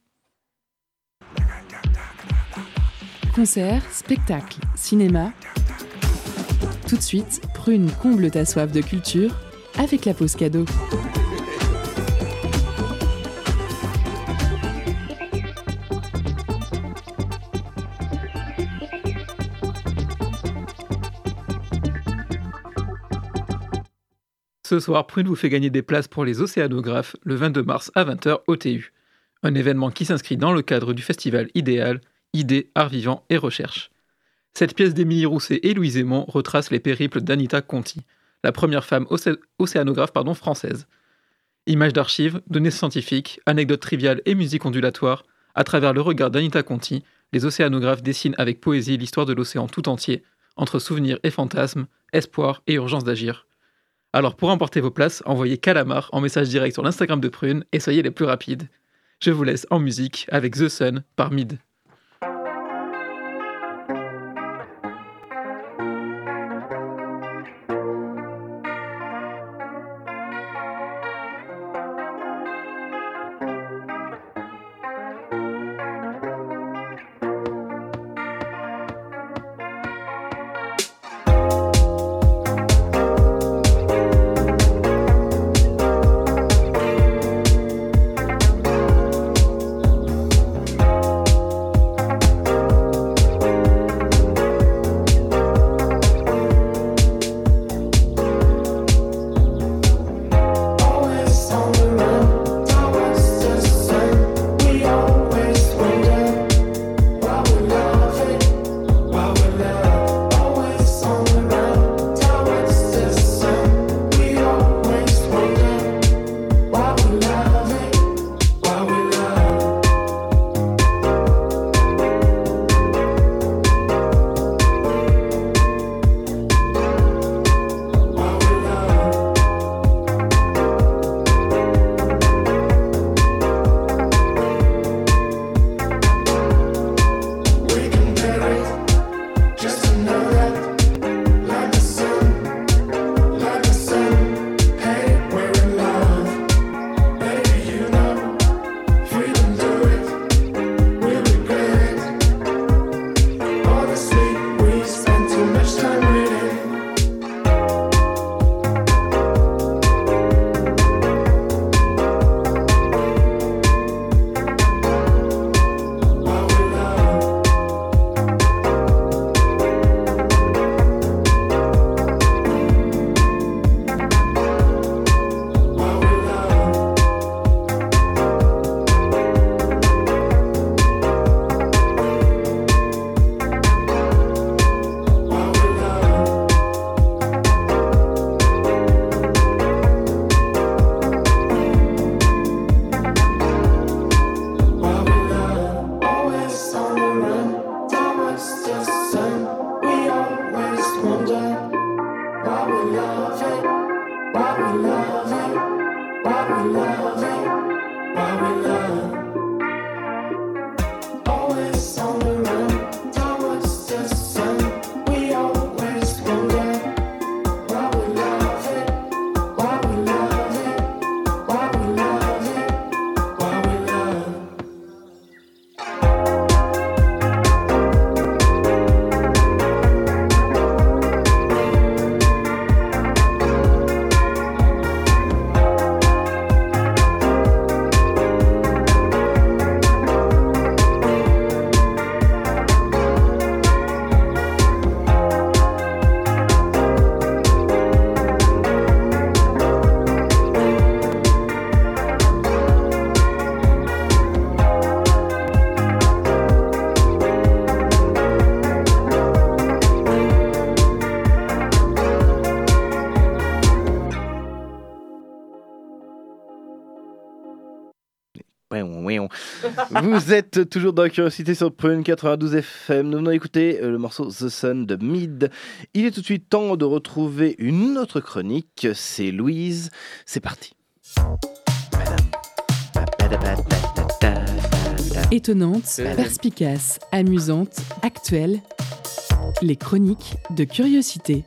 Concerts, spectacles, cinéma. Tout de suite, Prune comble ta soif de culture avec la pause cadeau. Ce soir, Prune vous fait gagner des places pour les Océanographes le vingt-deux mars à vingt heures au T U. Un événement qui s'inscrit dans le cadre du festival Idéal, Idées, Art Vivant et Recherche. Cette pièce d'Émilie Rousset et Louise Aymon retrace les périples d'Anita Conti, la première femme océ- océanographe pardon, française. Images d'archives, données scientifiques, anecdotes triviales et musique ondulatoire, à travers le regard d'Anita Conti, les océanographes dessinent avec poésie l'histoire de l'océan tout entier, entre souvenirs et fantasmes, espoir et urgence d'agir. Alors pour emporter vos places, envoyez Calamar en message direct sur l'Instagram de Prune et soyez les plus rapides. Je vous laisse en musique avec The Sun par Mid. Vous êtes toujours dans Curiosité sur Prune quatre-vingt-douze F M. Nous venons d'écouter le morceau The Sun de Mid. Il est tout de suite temps de retrouver une autre chronique. C'est Louise. C'est parti. Étonnante, perspicace, amusante, actuelle. Les chroniques de Curiosité.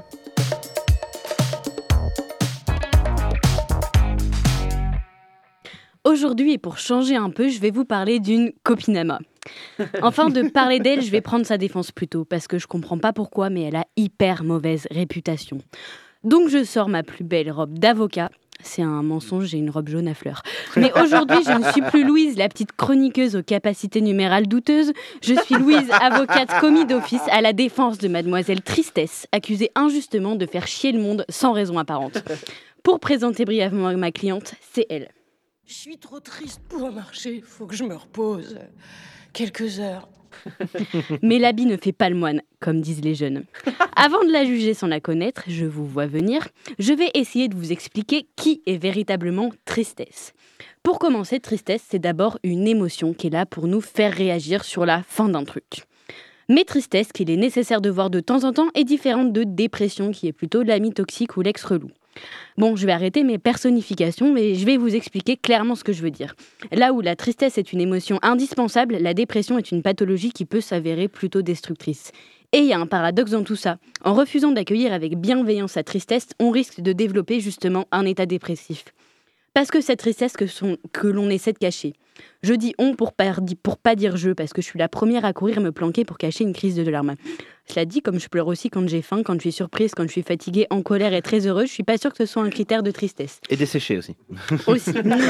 Aujourd'hui, et pour changer un peu, je vais vous parler d'une copine à moi. Enfin, de parler d'elle, je vais prendre sa défense plutôt, parce que je comprends pas pourquoi, mais elle a hyper mauvaise réputation. Donc je sors ma plus belle robe d'avocat. C'est un mensonge, j'ai une robe jaune à fleurs. Mais aujourd'hui, je ne suis plus Louise, la petite chroniqueuse aux capacités numérales douteuses. Je suis Louise, avocate commis d'office à la défense de mademoiselle Tristesse, accusée injustement de faire chier le monde sans raison apparente. Pour présenter brièvement ma cliente, c'est elle. Je suis trop triste pour marcher, faut que je me repose. Quelques heures. Mais l'habit ne fait pas le moine, comme disent les jeunes. Avant de la juger sans la connaître, je vous vois venir, je vais essayer de vous expliquer qui est véritablement Tristesse. Pour commencer, Tristesse, c'est d'abord une émotion qui est là pour nous faire réagir sur la fin d'un truc. Mais Tristesse, qu'il est nécessaire de voir de temps en temps, est différente de dépression, qui est plutôt l'ami toxique ou l'ex-relou. Bon, je vais arrêter mes personnifications et je vais vous expliquer clairement ce que je veux dire. Là où la tristesse est une émotion indispensable, la dépression est une pathologie qui peut s'avérer plutôt destructrice. Et il y a un paradoxe dans tout ça. En refusant d'accueillir avec bienveillance sa tristesse, on risque de développer justement un état dépressif. Parce que cette tristesse que, son, que l'on essaie de cacher. Je dis on pour pas, pour pas dire je, parce que je suis la première à courir me planquer pour cacher une crise de larmes. Cela dit, comme je pleure aussi quand j'ai faim, quand je suis surprise, quand je suis fatiguée, en colère et très heureuse, je suis pas sûre que ce soit un critère de tristesse. Et desséché aussi. Aussi.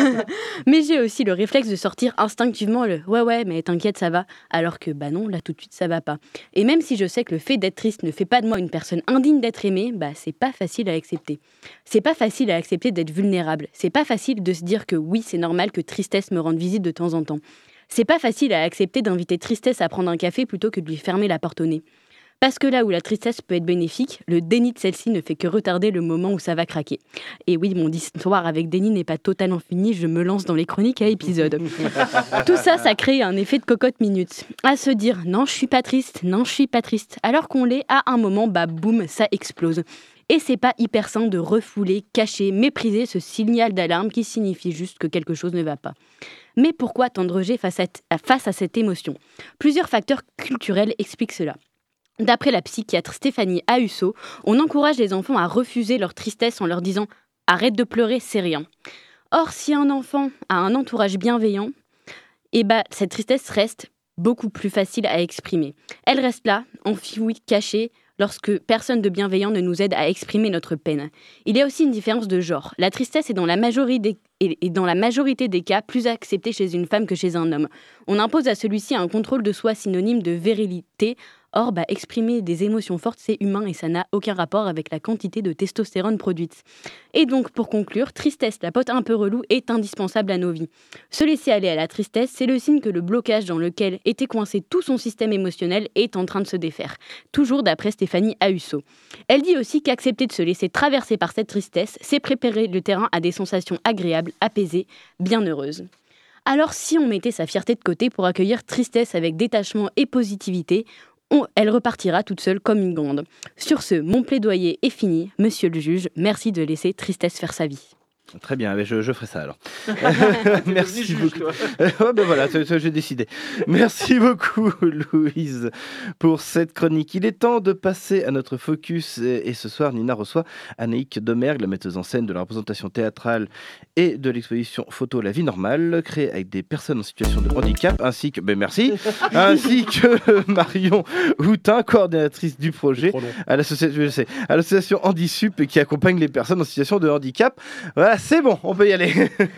Mais j'ai aussi le réflexe de sortir instinctivement le « ouais ouais, mais t'inquiète, ça va », alors que bah non, là tout de suite ça va pas. Et même si je sais que le fait d'être triste ne fait pas de moi une personne indigne d'être aimée, bah c'est pas facile à accepter. C'est pas facile à accepter d'être vulnérable. C'est pas facile de se dire que oui, c'est normal que Tristesse me rende visite de temps en temps. C'est pas facile à accepter d'inviter Tristesse à prendre un café plutôt que de lui fermer la porte au nez. Parce que là où la tristesse peut être bénéfique, le déni de celle-ci ne fait que retarder le moment où ça va craquer. Et oui, mon histoire avec déni n'est pas totalement finie, je me lance dans les chroniques à épisodes. Tout ça, ça crée un effet de cocotte minute. À se dire, non, je suis pas triste, non, je suis pas triste. Alors qu'on l'est, à un moment, bah boum, ça explose. Et c'est pas hyper sain de refouler, cacher, mépriser ce signal d'alarme qui signifie juste que quelque chose ne va pas. Mais pourquoi tant de rejet face à, t- face à cette émotion ? Plusieurs facteurs culturels expliquent cela. D'après la psychiatre Stéphanie Ahusso, on encourage les enfants à refuser leur tristesse en leur disant « arrête de pleurer, c'est rien ». Or, si un enfant a un entourage bienveillant, eh ben, cette tristesse reste beaucoup plus facile à exprimer. Elle reste là, enfouie, cachée, lorsque personne de bienveillant ne nous aide à exprimer notre peine. Il y a aussi une différence de genre. La tristesse est dans la majorité des, est dans la majorité des cas plus acceptée chez une femme que chez un homme. On impose à celui-ci un contrôle de soi synonyme de virilité. Or, bah, exprimer des émotions fortes, c'est humain et ça n'a aucun rapport avec la quantité de testostérone produite. Et donc, pour conclure, tristesse, la pote un peu relou, est indispensable à nos vies. Se laisser aller à la tristesse, c'est le signe que le blocage dans lequel était coincé tout son système émotionnel est en train de se défaire. Toujours d'après Stéphanie Ahusso. Elle dit aussi qu'accepter de se laisser traverser par cette tristesse, c'est préparer le terrain à des sensations agréables, apaisées, bien heureuses. Alors, si on mettait sa fierté de côté pour accueillir tristesse avec détachement et positivité, On, elle repartira toute seule comme une grande. Sur ce, mon plaidoyer est fini. Monsieur le juge, merci de laisser Tristesse faire sa vie. Très bien, je, je ferai ça alors. Merci beaucoup. Ouais, ben voilà, j'ai décidé. Merci beaucoup, Louise, pour cette chronique. Il est temps de passer à notre focus. Et, et ce soir, Nina reçoit Annaïque Domergue, la metteuse en scène de la représentation théâtrale et de l'exposition photo La vie normale, créée avec des personnes en situation de handicap, ainsi que, ben merci, ainsi que Marion Houtin, coordinatrice du projet à l'association, je sais, à l'association Handisup, qui accompagne les personnes en situation de handicap. Voilà. C'est bon, on peut y aller.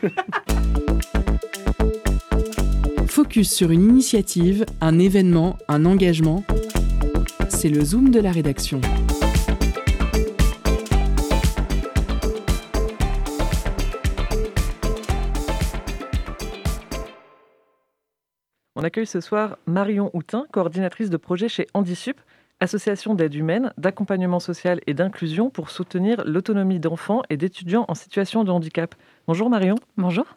Focus sur une initiative, un événement, un engagement. C'est le Zoom de la rédaction. On accueille ce soir Marion Houtin, coordinatrice de projet chez Handisup, association d'aide humaine, d'accompagnement social et d'inclusion pour soutenir l'autonomie d'enfants et d'étudiants en situation de handicap. Bonjour Marion. Bonjour.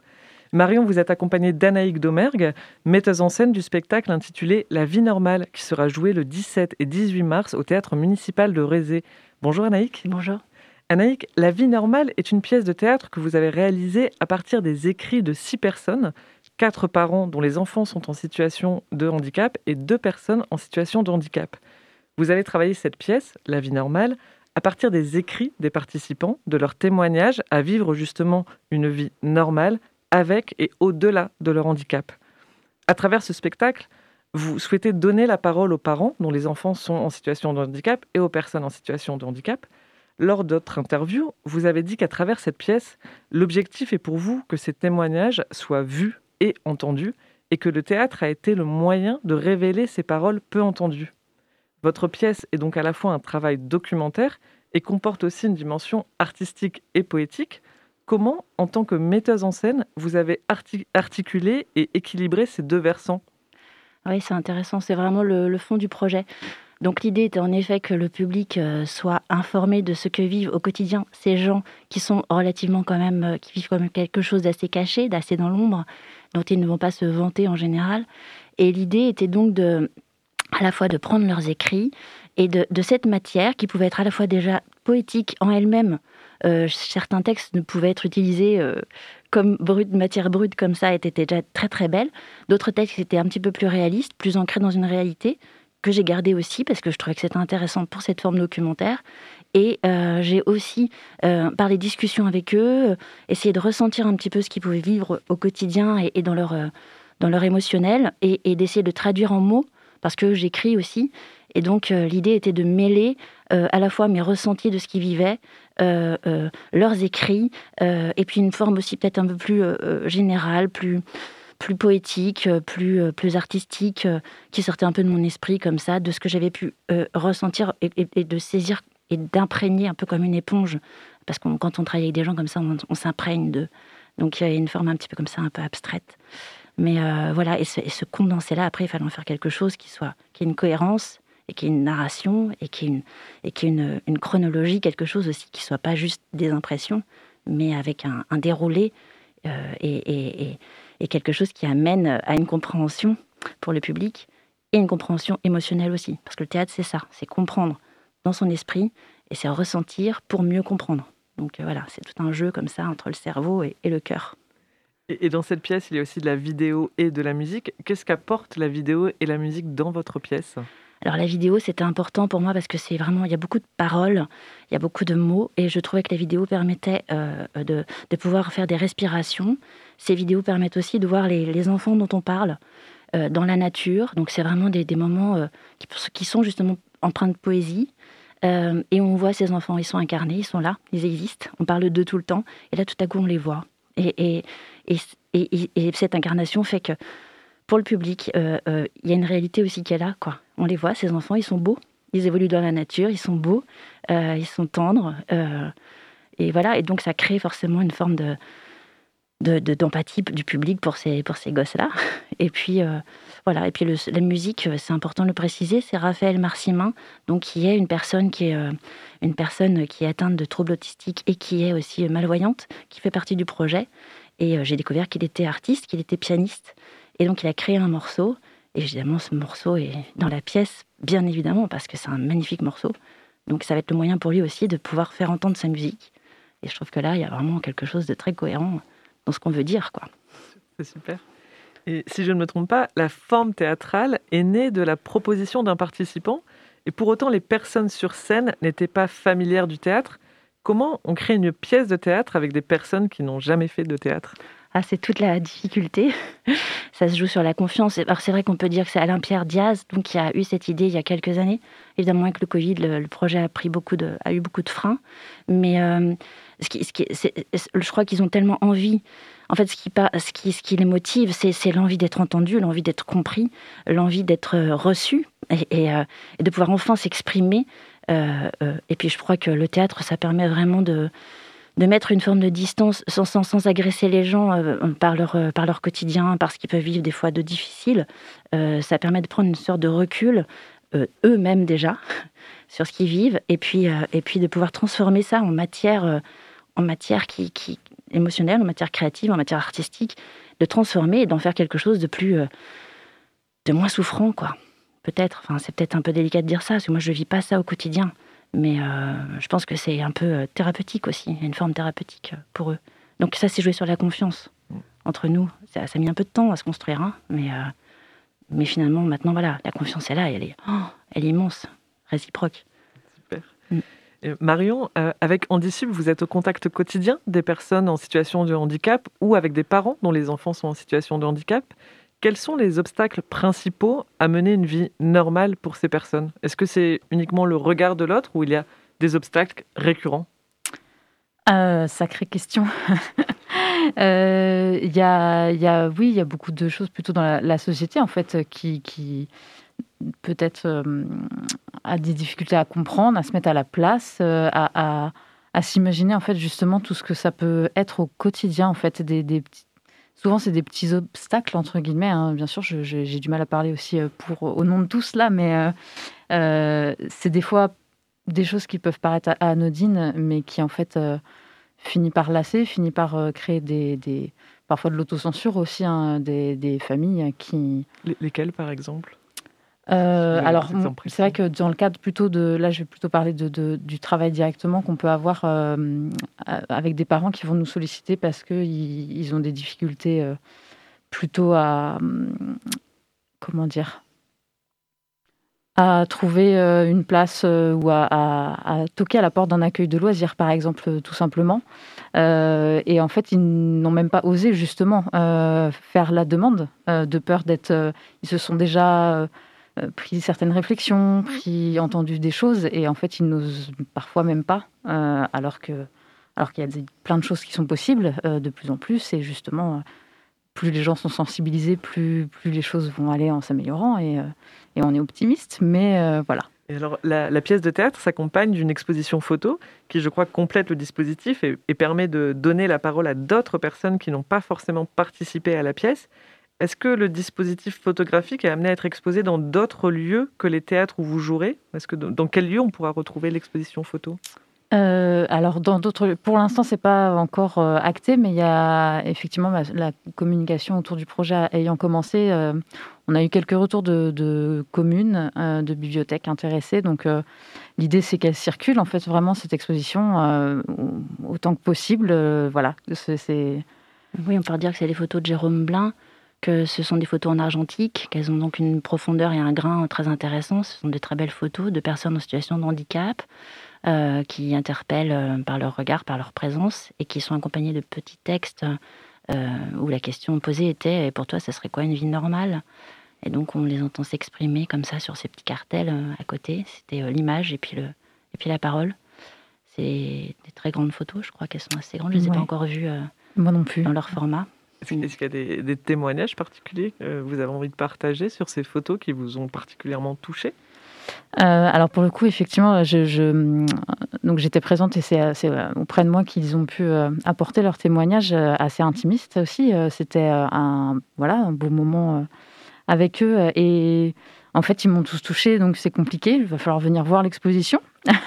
Marion, vous êtes accompagnée d'Anaïque Domergue, metteuse en scène du spectacle intitulé « La vie normale » qui sera joué le dix-sept et dix-huit mars au Théâtre municipal de Rezé. Bonjour Anaïque. Bonjour. Anaïque, La vie normale est une pièce de théâtre que vous avez réalisée à partir des écrits de six personnes, quatre parents dont les enfants sont en situation de handicap et deux personnes en situation de handicap. Vous avez travaillé cette pièce, La vie normale, à partir des écrits des participants, de leurs témoignages à vivre justement une vie normale avec et au-delà de leur handicap. À travers ce spectacle, vous souhaitez donner la parole aux parents dont les enfants sont en situation de handicap et aux personnes en situation de handicap. Lors de votre interview, vous avez dit qu'à travers cette pièce, l'objectif est pour vous que ces témoignages soient vus et entendus et que le théâtre a été le moyen de révéler ces paroles peu entendues. Votre pièce est donc à la fois un travail documentaire et comporte aussi une dimension artistique et poétique. Comment, en tant que metteuse en scène, vous avez arti- articulé et équilibré ces deux versants ? Oui, c'est intéressant, c'est vraiment le, le fond du projet. Donc l'idée était en effet que le public euh, soit informé de ce que vivent au quotidien ces gens qui sont relativement quand même, euh, qui vivent quand même quelque chose d'assez caché, d'assez dans l'ombre, dont ils ne vont pas se vanter en général. Et l'idée était donc de, à la fois de prendre leurs écrits et de, de cette matière qui pouvait être à la fois déjà poétique en elle-même. Euh, certains textes ne pouvaient être utilisés euh, comme brut, matière brute comme ça, étaient déjà très très belles. D'autres textes étaient un petit peu plus réalistes, plus ancrés dans une réalité, que j'ai gardé aussi parce que je trouvais que c'était intéressant pour cette forme documentaire. Et euh, j'ai aussi, euh, par les discussions avec eux, euh, essayé de ressentir un petit peu ce qu'ils pouvaient vivre au quotidien et, et dans, leur, euh, dans leur émotionnel, et, et d'essayer de traduire en mots, parce que j'écris aussi. Et donc, euh, l'idée était de mêler euh, à la fois mes ressentis de ce qu'ils vivaient, euh, euh, leurs écrits, euh, et puis une forme aussi peut-être un peu plus euh, générale, plus, plus poétique, plus, euh, plus artistique, euh, qui sortait un peu de mon esprit comme ça, de ce que j'avais pu euh, ressentir et, et, et de saisir et d'imprégner un peu comme une éponge. Parce que quand on travaille avec des gens comme ça, on, on s'imprègne d'eux. Donc, il y a une forme un petit peu comme ça, un peu abstraite. Mais euh, voilà, et ce, et ce condensé-là, après, il fallait en faire quelque chose qui soit, qui ait une cohérence, et qui ait une narration, et qui ait une, et qui ait une, une chronologie, quelque chose aussi qui ne soit pas juste des impressions, mais avec un, un déroulé euh, et, et, et, et quelque chose qui amène à une compréhension pour le public, et une compréhension émotionnelle aussi. Parce que le théâtre, c'est ça, c'est comprendre dans son esprit, et c'est ressentir pour mieux comprendre. Donc euh, voilà, c'est tout un jeu comme ça entre le cerveau et, et le cœur. Et dans cette pièce, il y a aussi de la vidéo et de la musique. Qu'est-ce qu'apporte la vidéo et la musique dans votre pièce ? Alors la vidéo, c'était important pour moi parce que c'est vraiment, il y a beaucoup de paroles, il y a beaucoup de mots, et je trouvais que la vidéo permettait euh, de, de pouvoir faire des respirations. Ces vidéos permettent aussi de voir les, les enfants dont on parle euh, dans la nature. Donc c'est vraiment des, des moments euh, qui, qui sont justement empreints de poésie. Euh, et on voit ces enfants, ils sont incarnés, ils sont là, ils existent. On parle d'eux tout le temps, et là tout à coup on les voit. Et, et, et, et, et cette incarnation fait que pour le public, euh, euh, il y a une réalité aussi qui est là, quoi. On les voit, ces enfants, ils sont beaux, ils évoluent dans la nature, ils sont beaux, euh, ils sont tendres, euh, et voilà. Et donc ça crée forcément une forme de, de, de d'empathie du public pour ces pour ces gosses-là. Et puis euh, voilà. Et puis le, la musique, c'est important de le préciser, c'est Raphaël Marcimin, donc qui est une personne qui est euh, une personne qui est atteinte de troubles autistiques et qui est aussi malvoyante, qui fait partie du projet. Et euh, j'ai découvert qu'il était artiste, qu'il était pianiste. Et donc, il a créé un morceau. Et évidemment, ce morceau est dans la pièce, bien évidemment, parce que c'est un magnifique morceau. Donc, ça va être le moyen pour lui aussi de pouvoir faire entendre sa musique. Et je trouve que là, il y a vraiment quelque chose de très cohérent dans ce qu'on veut dire, quoi. C'est super. Et si je ne me trompe pas, la forme théâtrale est née de la proposition d'un participant. Et pour autant, les personnes sur scène n'étaient pas familières du théâtre. Comment on crée une pièce de théâtre avec des personnes qui n'ont jamais fait de théâtre ? Ah, c'est toute la difficulté. Ça se joue sur la confiance. Alors, c'est vrai qu'on peut dire que c'est Alain-Pierre Diaz donc, qui a eu cette idée il y a quelques années. Évidemment, avec le Covid, le, le projet a, pris beaucoup de, a eu beaucoup de freins. Mais euh, ce qui, ce qui, c'est, je crois qu'ils ont tellement envie. En fait, ce qui, ce qui, ce qui les motive, c'est, c'est l'envie d'être entendu, l'envie d'être compris, l'envie d'être reçu et, et, euh, et de pouvoir enfin s'exprimer. Euh, euh, et puis, je crois que le théâtre, ça permet vraiment de... de mettre une forme de distance sans, sans, sans agresser les gens euh, par, leur, euh, par leur quotidien, par ce qu'ils peuvent vivre des fois de difficile. Euh, ça permet de prendre une sorte de recul, euh, eux-mêmes déjà, sur ce qu'ils vivent, et puis, euh, et puis de pouvoir transformer ça en matière, euh, en matière qui, qui, émotionnelle, en matière créative, en matière artistique, de transformer et d'en faire quelque chose de plus, euh, de moins souffrant, quoi. Peut-être, enfin, c'est peut-être un peu délicat de dire ça, parce que moi, je vis pas ça au quotidien. Mais euh, je pense que c'est un peu euh, thérapeutique aussi, il y a une forme thérapeutique euh, pour eux. Donc ça, c'est joué sur la confiance entre nous. Ça, ça a mis un peu de temps à se construire, hein, mais, euh, mais finalement, maintenant, voilà, la confiance est là, et elle est, oh, elle est immense, réciproque. Super. Mm. Et Marion, euh, avec Handicub, vous êtes au contact quotidien des personnes en situation de handicap ou avec des parents dont les enfants sont en situation de handicap. Quels sont les obstacles principaux à mener une vie normale pour ces personnes ? Est-ce que c'est uniquement le regard de l'autre ou il y a des obstacles récurrents ? euh, Sacrée question. euh, y a, y a, oui, il y a beaucoup de choses plutôt dans la, la société en fait qui, qui peut-être euh, a des difficultés à comprendre, à se mettre à la place, euh, à, à, à s'imaginer en fait justement tout ce que ça peut être au quotidien en fait, des, des petits. Souvent, c'est des petits obstacles, entre guillemets. Hein. Bien sûr, je, je, j'ai du mal à parler aussi pour, au nom de tous, là, mais euh, euh, c'est des fois des choses qui peuvent paraître anodines, mais qui, en fait, euh, finissent par lasser, finissent par euh, créer des, des, parfois de l'autocensure aussi, hein, des, des familles qui... Lesquelles, par exemple ? Euh, alors, c'est vrai que dans le cadre plutôt de... Là, je vais plutôt parler de, de, du travail directement qu'on peut avoir euh, avec des parents qui vont nous solliciter parce qu'ils ils ont des difficultés euh, plutôt à... Comment dire ? À trouver euh, une place euh, ou à, à, à toquer à la porte d'un accueil de loisirs, par exemple, tout simplement. Euh, et en fait, ils n'ont même pas osé, justement, euh, faire la demande, euh, de peur d'être... Euh, ils se sont déjà... Euh, pris certaines réflexions, pris, entendu des choses, et en fait, ils n'osent parfois même pas, euh, alors, que, alors qu'il y a des, plein de choses qui sont possibles euh, de plus en plus, et justement, euh, plus les gens sont sensibilisés, plus, plus les choses vont aller en s'améliorant, et, euh, et on est optimiste, mais euh, voilà. Et alors, la, la pièce de théâtre s'accompagne d'une exposition photo qui, je crois, complète le dispositif et, et permet de donner la parole à d'autres personnes qui n'ont pas forcément participé à la pièce. Est-ce que le dispositif photographique est amené à être exposé dans d'autres lieux que les théâtres où vous jouerez ? Est-ce que dans quel lieu on pourra retrouver l'exposition photo ? euh, Alors, dans d'autres, pour l'instant, c'est pas encore euh, acté, mais il y a effectivement bah, la communication autour du projet ayant commencé. Euh, on a eu quelques retours de, de communes, euh, de bibliothèques intéressées. Donc, euh, l'idée, c'est qu'elle circule en fait vraiment cette exposition euh, autant que possible. Euh, voilà, c'est, c'est... Oui, on peut dire que c'est les photos de Jérôme Blin. Que ce sont des photos en argentique, qu'elles ont donc une profondeur et un grain très intéressants. Ce sont des très belles photos de personnes en situation de handicap euh, qui interpellent euh, par leur regard, par leur présence et qui sont accompagnées de petits textes euh, où la question posée était « Et pour toi, ça serait quoi une vie normale ?» Et donc, on les entend s'exprimer comme ça sur ces petits cartels euh, à côté. C'était euh, l'image et puis, le, et puis la parole. C'est des très grandes photos, je crois qu'elles sont assez grandes. Je ne les ai ouais. pas encore vues euh, Moi non plus. dans leur format. Est-ce qu'il y a des, des témoignages particuliers que vous avez envie de partager sur ces photos qui vous ont particulièrement touché ? euh, Alors pour le coup, effectivement, je, je, donc j'étais présente et c'est, c'est auprès de moi qu'ils ont pu euh, apporter leurs témoignages euh, assez intimistes aussi. Euh, c'était euh, un, voilà, un beau moment euh, avec eux et en fait, ils m'ont tous touchée, donc c'est compliqué. Il va falloir venir voir l'exposition.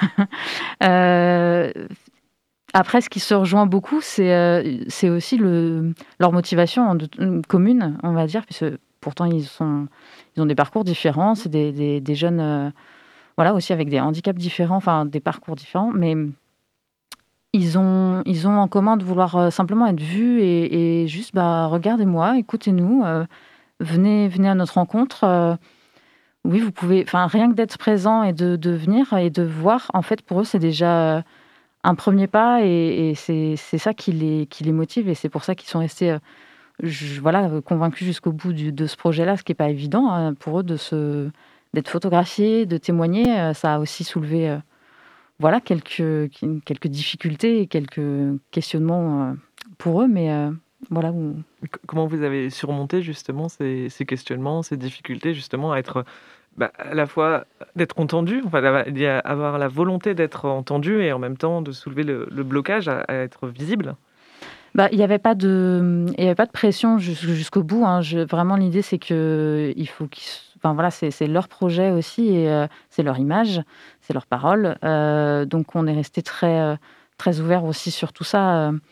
euh, Après, ce qui se rejoint beaucoup, c'est, euh, c'est aussi le, leur motivation de, commune, on va dire, puisque pourtant, ils, sont, ils ont des parcours différents, c'est des, des, des jeunes, euh, voilà, aussi avec des handicaps différents, enfin, des parcours différents, mais ils ont, ils ont en commun de vouloir euh, simplement être vus et, et juste, bah, regardez-moi, écoutez-nous, euh, venez, venez à notre rencontre. Euh, oui, vous pouvez, enfin, rien que d'être présent et de, de venir et de voir, en fait, pour eux, c'est déjà... Euh, un premier pas et, et c'est, c'est ça qui les, qui les motive et c'est pour ça qu'ils sont restés euh, je, voilà, convaincus jusqu'au bout du, de ce projet-là, ce qui n'est pas évident hein, pour eux de se, d'être photographiés, de témoigner. Euh, ça a aussi soulevé euh, voilà, quelques, quelques difficultés et quelques questionnements euh, pour eux, mais euh, voilà. Où... Comment vous avez surmonté justement ces, ces questionnements, ces difficultés justement à être... Bah, à la fois d'être entendu, enfin, avoir la volonté d'être entendu et en même temps de soulever le, le blocage à, à être visible. Bah, il n'y avait pas de, il y avait pas de pression jusqu'au bout. Hein. Je, vraiment, l'idée c'est que il faut qu'ils, enfin voilà, c'est, c'est leur projet aussi et euh, c'est leur image, c'est leur parole. Euh, donc on est resté très, euh, très ouvert aussi sur tout ça. Euh,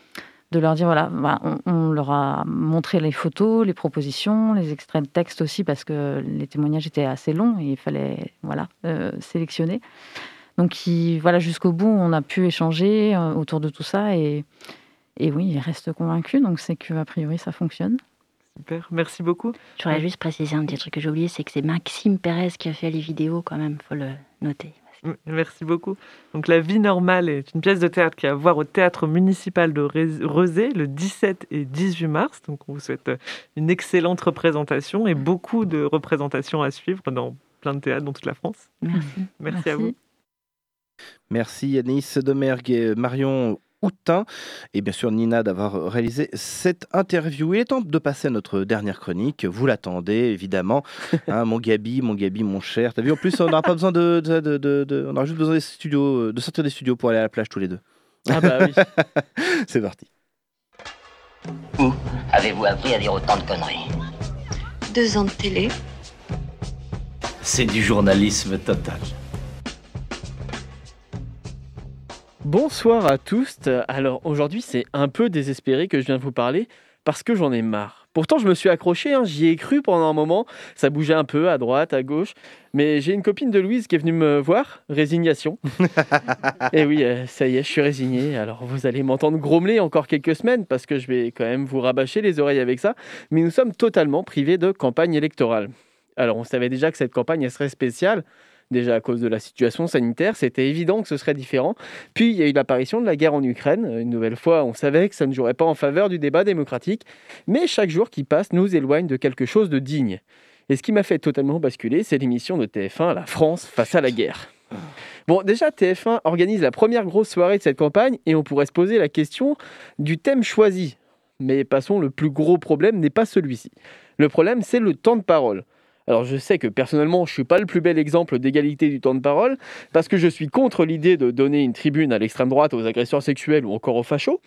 de leur dire, voilà, bah, on, on leur a montré les photos, les propositions, les extraits de texte aussi, parce que les témoignages étaient assez longs et il fallait voilà, euh, sélectionner. Donc il, voilà, jusqu'au bout, on a pu échanger euh, autour de tout ça et, et oui, ils restent convaincus, donc c'est qu'a priori ça fonctionne. Super, merci beaucoup. Je voudrais juste préciser un petit truc que j'ai oublié, c'est que c'est Maxime Pérez qui a fait les vidéos quand même, il faut le noter. Merci beaucoup. Donc La vie normale est une pièce de théâtre qui a à voir au théâtre municipal de Rezé le dix-sept et dix-huit mars. Donc on vous souhaite une excellente représentation et beaucoup de représentations à suivre dans plein de théâtres dans toute la France. Merci. Merci, Merci. à vous. Merci Yanis Domergue et Marion Houtin et bien sûr Nina d'avoir réalisé cette interview. Il est temps de passer à notre dernière chronique. Vous l'attendez évidemment, hein, mon Gabi, mon Gabi, mon cher. T'as vu, en plus on n'aura pas besoin de, de, de, de, de, on aura juste besoin des studios, de sortir des studios pour aller à la plage tous les deux. Ah bah oui. C'est parti. Où avez-vous appris à dire autant de conneries? Deux ans de télé. C'est du journalisme total. Bonsoir à tous. Alors aujourd'hui, c'est un peu désespéré que je viens de vous parler parce que j'en ai marre. Pourtant, je me suis accroché, hein, j'y ai cru pendant un moment. Ça bougeait un peu à droite, à gauche. Mais j'ai une copine de Louise qui est venue me voir. Résignation. Et oui, euh, ça y est, je suis résigné. Alors vous allez m'entendre grommeler encore quelques semaines parce que je vais quand même vous rabâcher les oreilles avec ça. Mais nous sommes totalement privés de campagne électorale. Alors on savait déjà que cette campagne elle serait spéciale. Déjà à cause de la situation sanitaire, c'était évident que ce serait différent. Puis il y a eu l'apparition de la guerre en Ukraine. Une nouvelle fois, on savait que ça ne jouerait pas en faveur du débat démocratique. Mais chaque jour qui passe nous éloigne de quelque chose de digne. Et ce qui m'a fait totalement basculer, c'est l'émission de T F un, La France face à la guerre. Bon, déjà, T F un organise la première grosse soirée de cette campagne et on pourrait se poser la question du thème choisi. Mais passons, le plus gros problème n'est pas celui-ci. Le problème, c'est le temps de parole. Alors je sais que personnellement, je ne suis pas le plus bel exemple d'égalité du temps de parole, parce que je suis contre l'idée de donner une tribune à l'extrême droite, aux agresseurs sexuels ou encore aux fachos.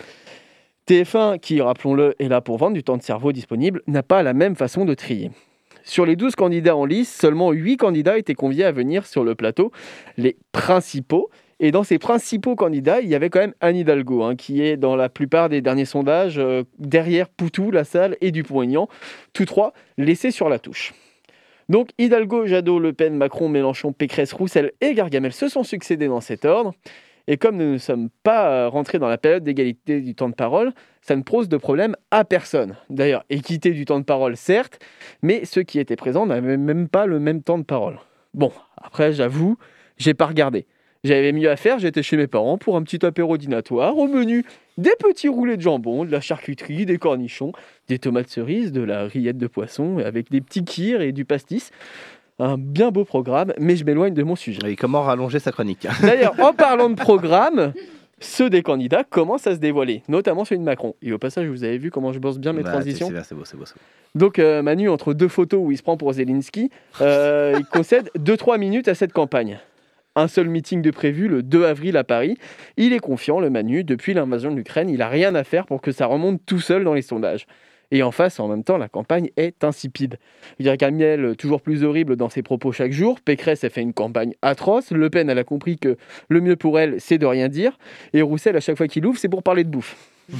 T F un, qui, rappelons-le, est là pour vendre du temps de cerveau disponible, n'a pas la même façon de trier. Sur les douze candidats en lice, seulement huit candidats étaient conviés à venir sur le plateau, les principaux. Et dans ces principaux candidats, il y avait quand même Anne Hidalgo, hein, qui est dans la plupart des derniers sondages, euh, derrière Poutou, Lassalle et Dupont-Aignan, tous trois laissés sur la touche. Donc Hidalgo, Jadot, Le Pen, Macron, Mélenchon, Pécresse, Roussel et Gargamel se sont succédés dans cet ordre. Et comme nous ne sommes pas rentrés dans la période d'égalité du temps de parole, ça ne pose de problème à personne. D'ailleurs, équité du temps de parole, certes, mais ceux qui étaient présents n'avaient même pas le même temps de parole. Bon, après, j'avoue, j'ai pas regardé. J'avais mieux à faire, j'étais chez mes parents pour un petit apéro dînatoire. Au menu, des petits roulés de jambon, de la charcuterie, des cornichons, des tomates cerises, de la rillette de poisson avec des petits kirs et du pastis. Un bien beau programme, mais je m'éloigne de mon sujet. Et comment rallonger sa chronique? D'ailleurs, en parlant de programme, ceux des candidats commencent à se dévoiler, notamment celui de Macron. Et au passage, vous avez vu comment je bosse bien mes bah, transitions? C'est, c'est beau, c'est beau, c'est beau. Donc euh, Manu, entre deux photos où il se prend pour Zelensky, euh, il concède deux trois minutes à cette campagne. Un seul meeting de prévu le deux avril à Paris. Il est confiant, le Manu. Depuis l'invasion de l'Ukraine, il n'a rien à faire pour que ça remonte tout seul dans les sondages. Et en face, en même temps, la campagne est insipide. Gargamel, toujours plus horrible dans ses propos chaque jour. Pécresse a fait une campagne atroce. Le Pen, elle a compris que le mieux pour elle, c'est de rien dire. Et Roussel, à chaque fois qu'il ouvre, c'est pour parler de bouffe.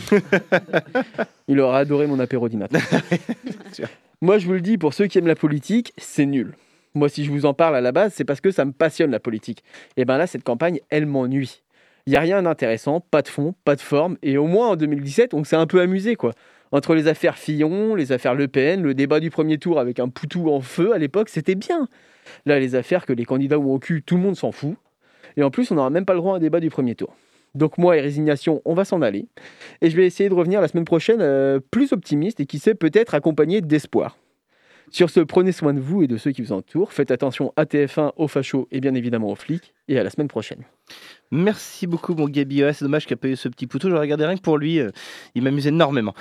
Il aura adoré mon apéro dînatoire. Moi, je vous le dis, pour ceux qui aiment la politique, c'est nul. Moi, si je vous en parle à la base, c'est parce que ça me passionne, la politique. Et bien là, cette campagne, elle m'ennuie. Il n'y a rien d'intéressant, pas de fond, pas de forme. Et au moins, en deux mille dix-sept, on s'est un peu amusé, quoi. Entre les affaires Fillon, les affaires Le Pen, le débat du premier tour avec un Poutou en feu, à l'époque, c'était bien. Là, les affaires que les candidats ont au cul, tout le monde s'en fout. Et en plus, on n'aura même pas le droit à un débat du premier tour. Donc moi et Résignation, on va s'en aller. Et je vais essayer de revenir la semaine prochaine euh, plus optimiste et qui sait peut-être accompagné d'espoir. Sur ce, prenez soin de vous et de ceux qui vous entourent. Faites attention à T F un, aux fachos et bien évidemment aux flics. Et à la semaine prochaine. Merci beaucoup, mon Gabi. Ouais, c'est dommage qu'il n'y ait pas eu ce petit Poutou. Je regardais rien que pour lui. Euh, il m'amuse énormément.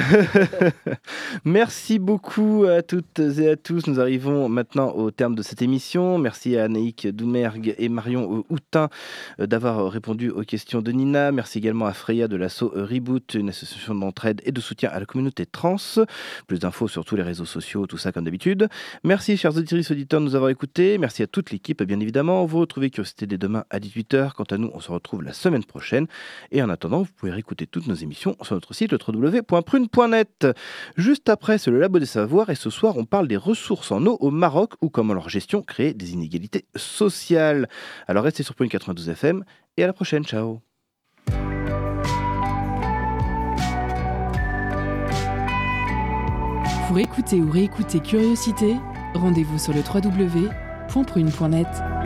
Merci beaucoup à toutes et à tous. Nous arrivons maintenant au terme de cette émission. Merci à Anaïk Doumergue et Marion Houtin euh, d'avoir répondu aux questions de Nina. Merci également à Freya de l'asso Reboot, une association d'entraide et de soutien à la communauté trans. Plus d'infos sur tous les réseaux sociaux, tout ça comme d'habitude. Merci, chers auditrices et auditeurs, de nous avoir écoutés. Merci à toute l'équipe, bien évidemment. Vous retrouvez Curiosity C'était dès demain à dix-huit heures. Quant à nous, on se retrouve la semaine prochaine. Et en attendant, vous pouvez réécouter toutes nos émissions sur notre site w w w point prune point net. Juste après, c'est le Labo des Savoirs et ce soir, on parle des ressources en eau au Maroc ou comment leur gestion crée des inégalités sociales. Alors restez sur Prune quatre-vingt-douze F M et à la prochaine. Ciao. Pour écouter ou réécouter Curiosité, rendez-vous sur le w w w point prune point net.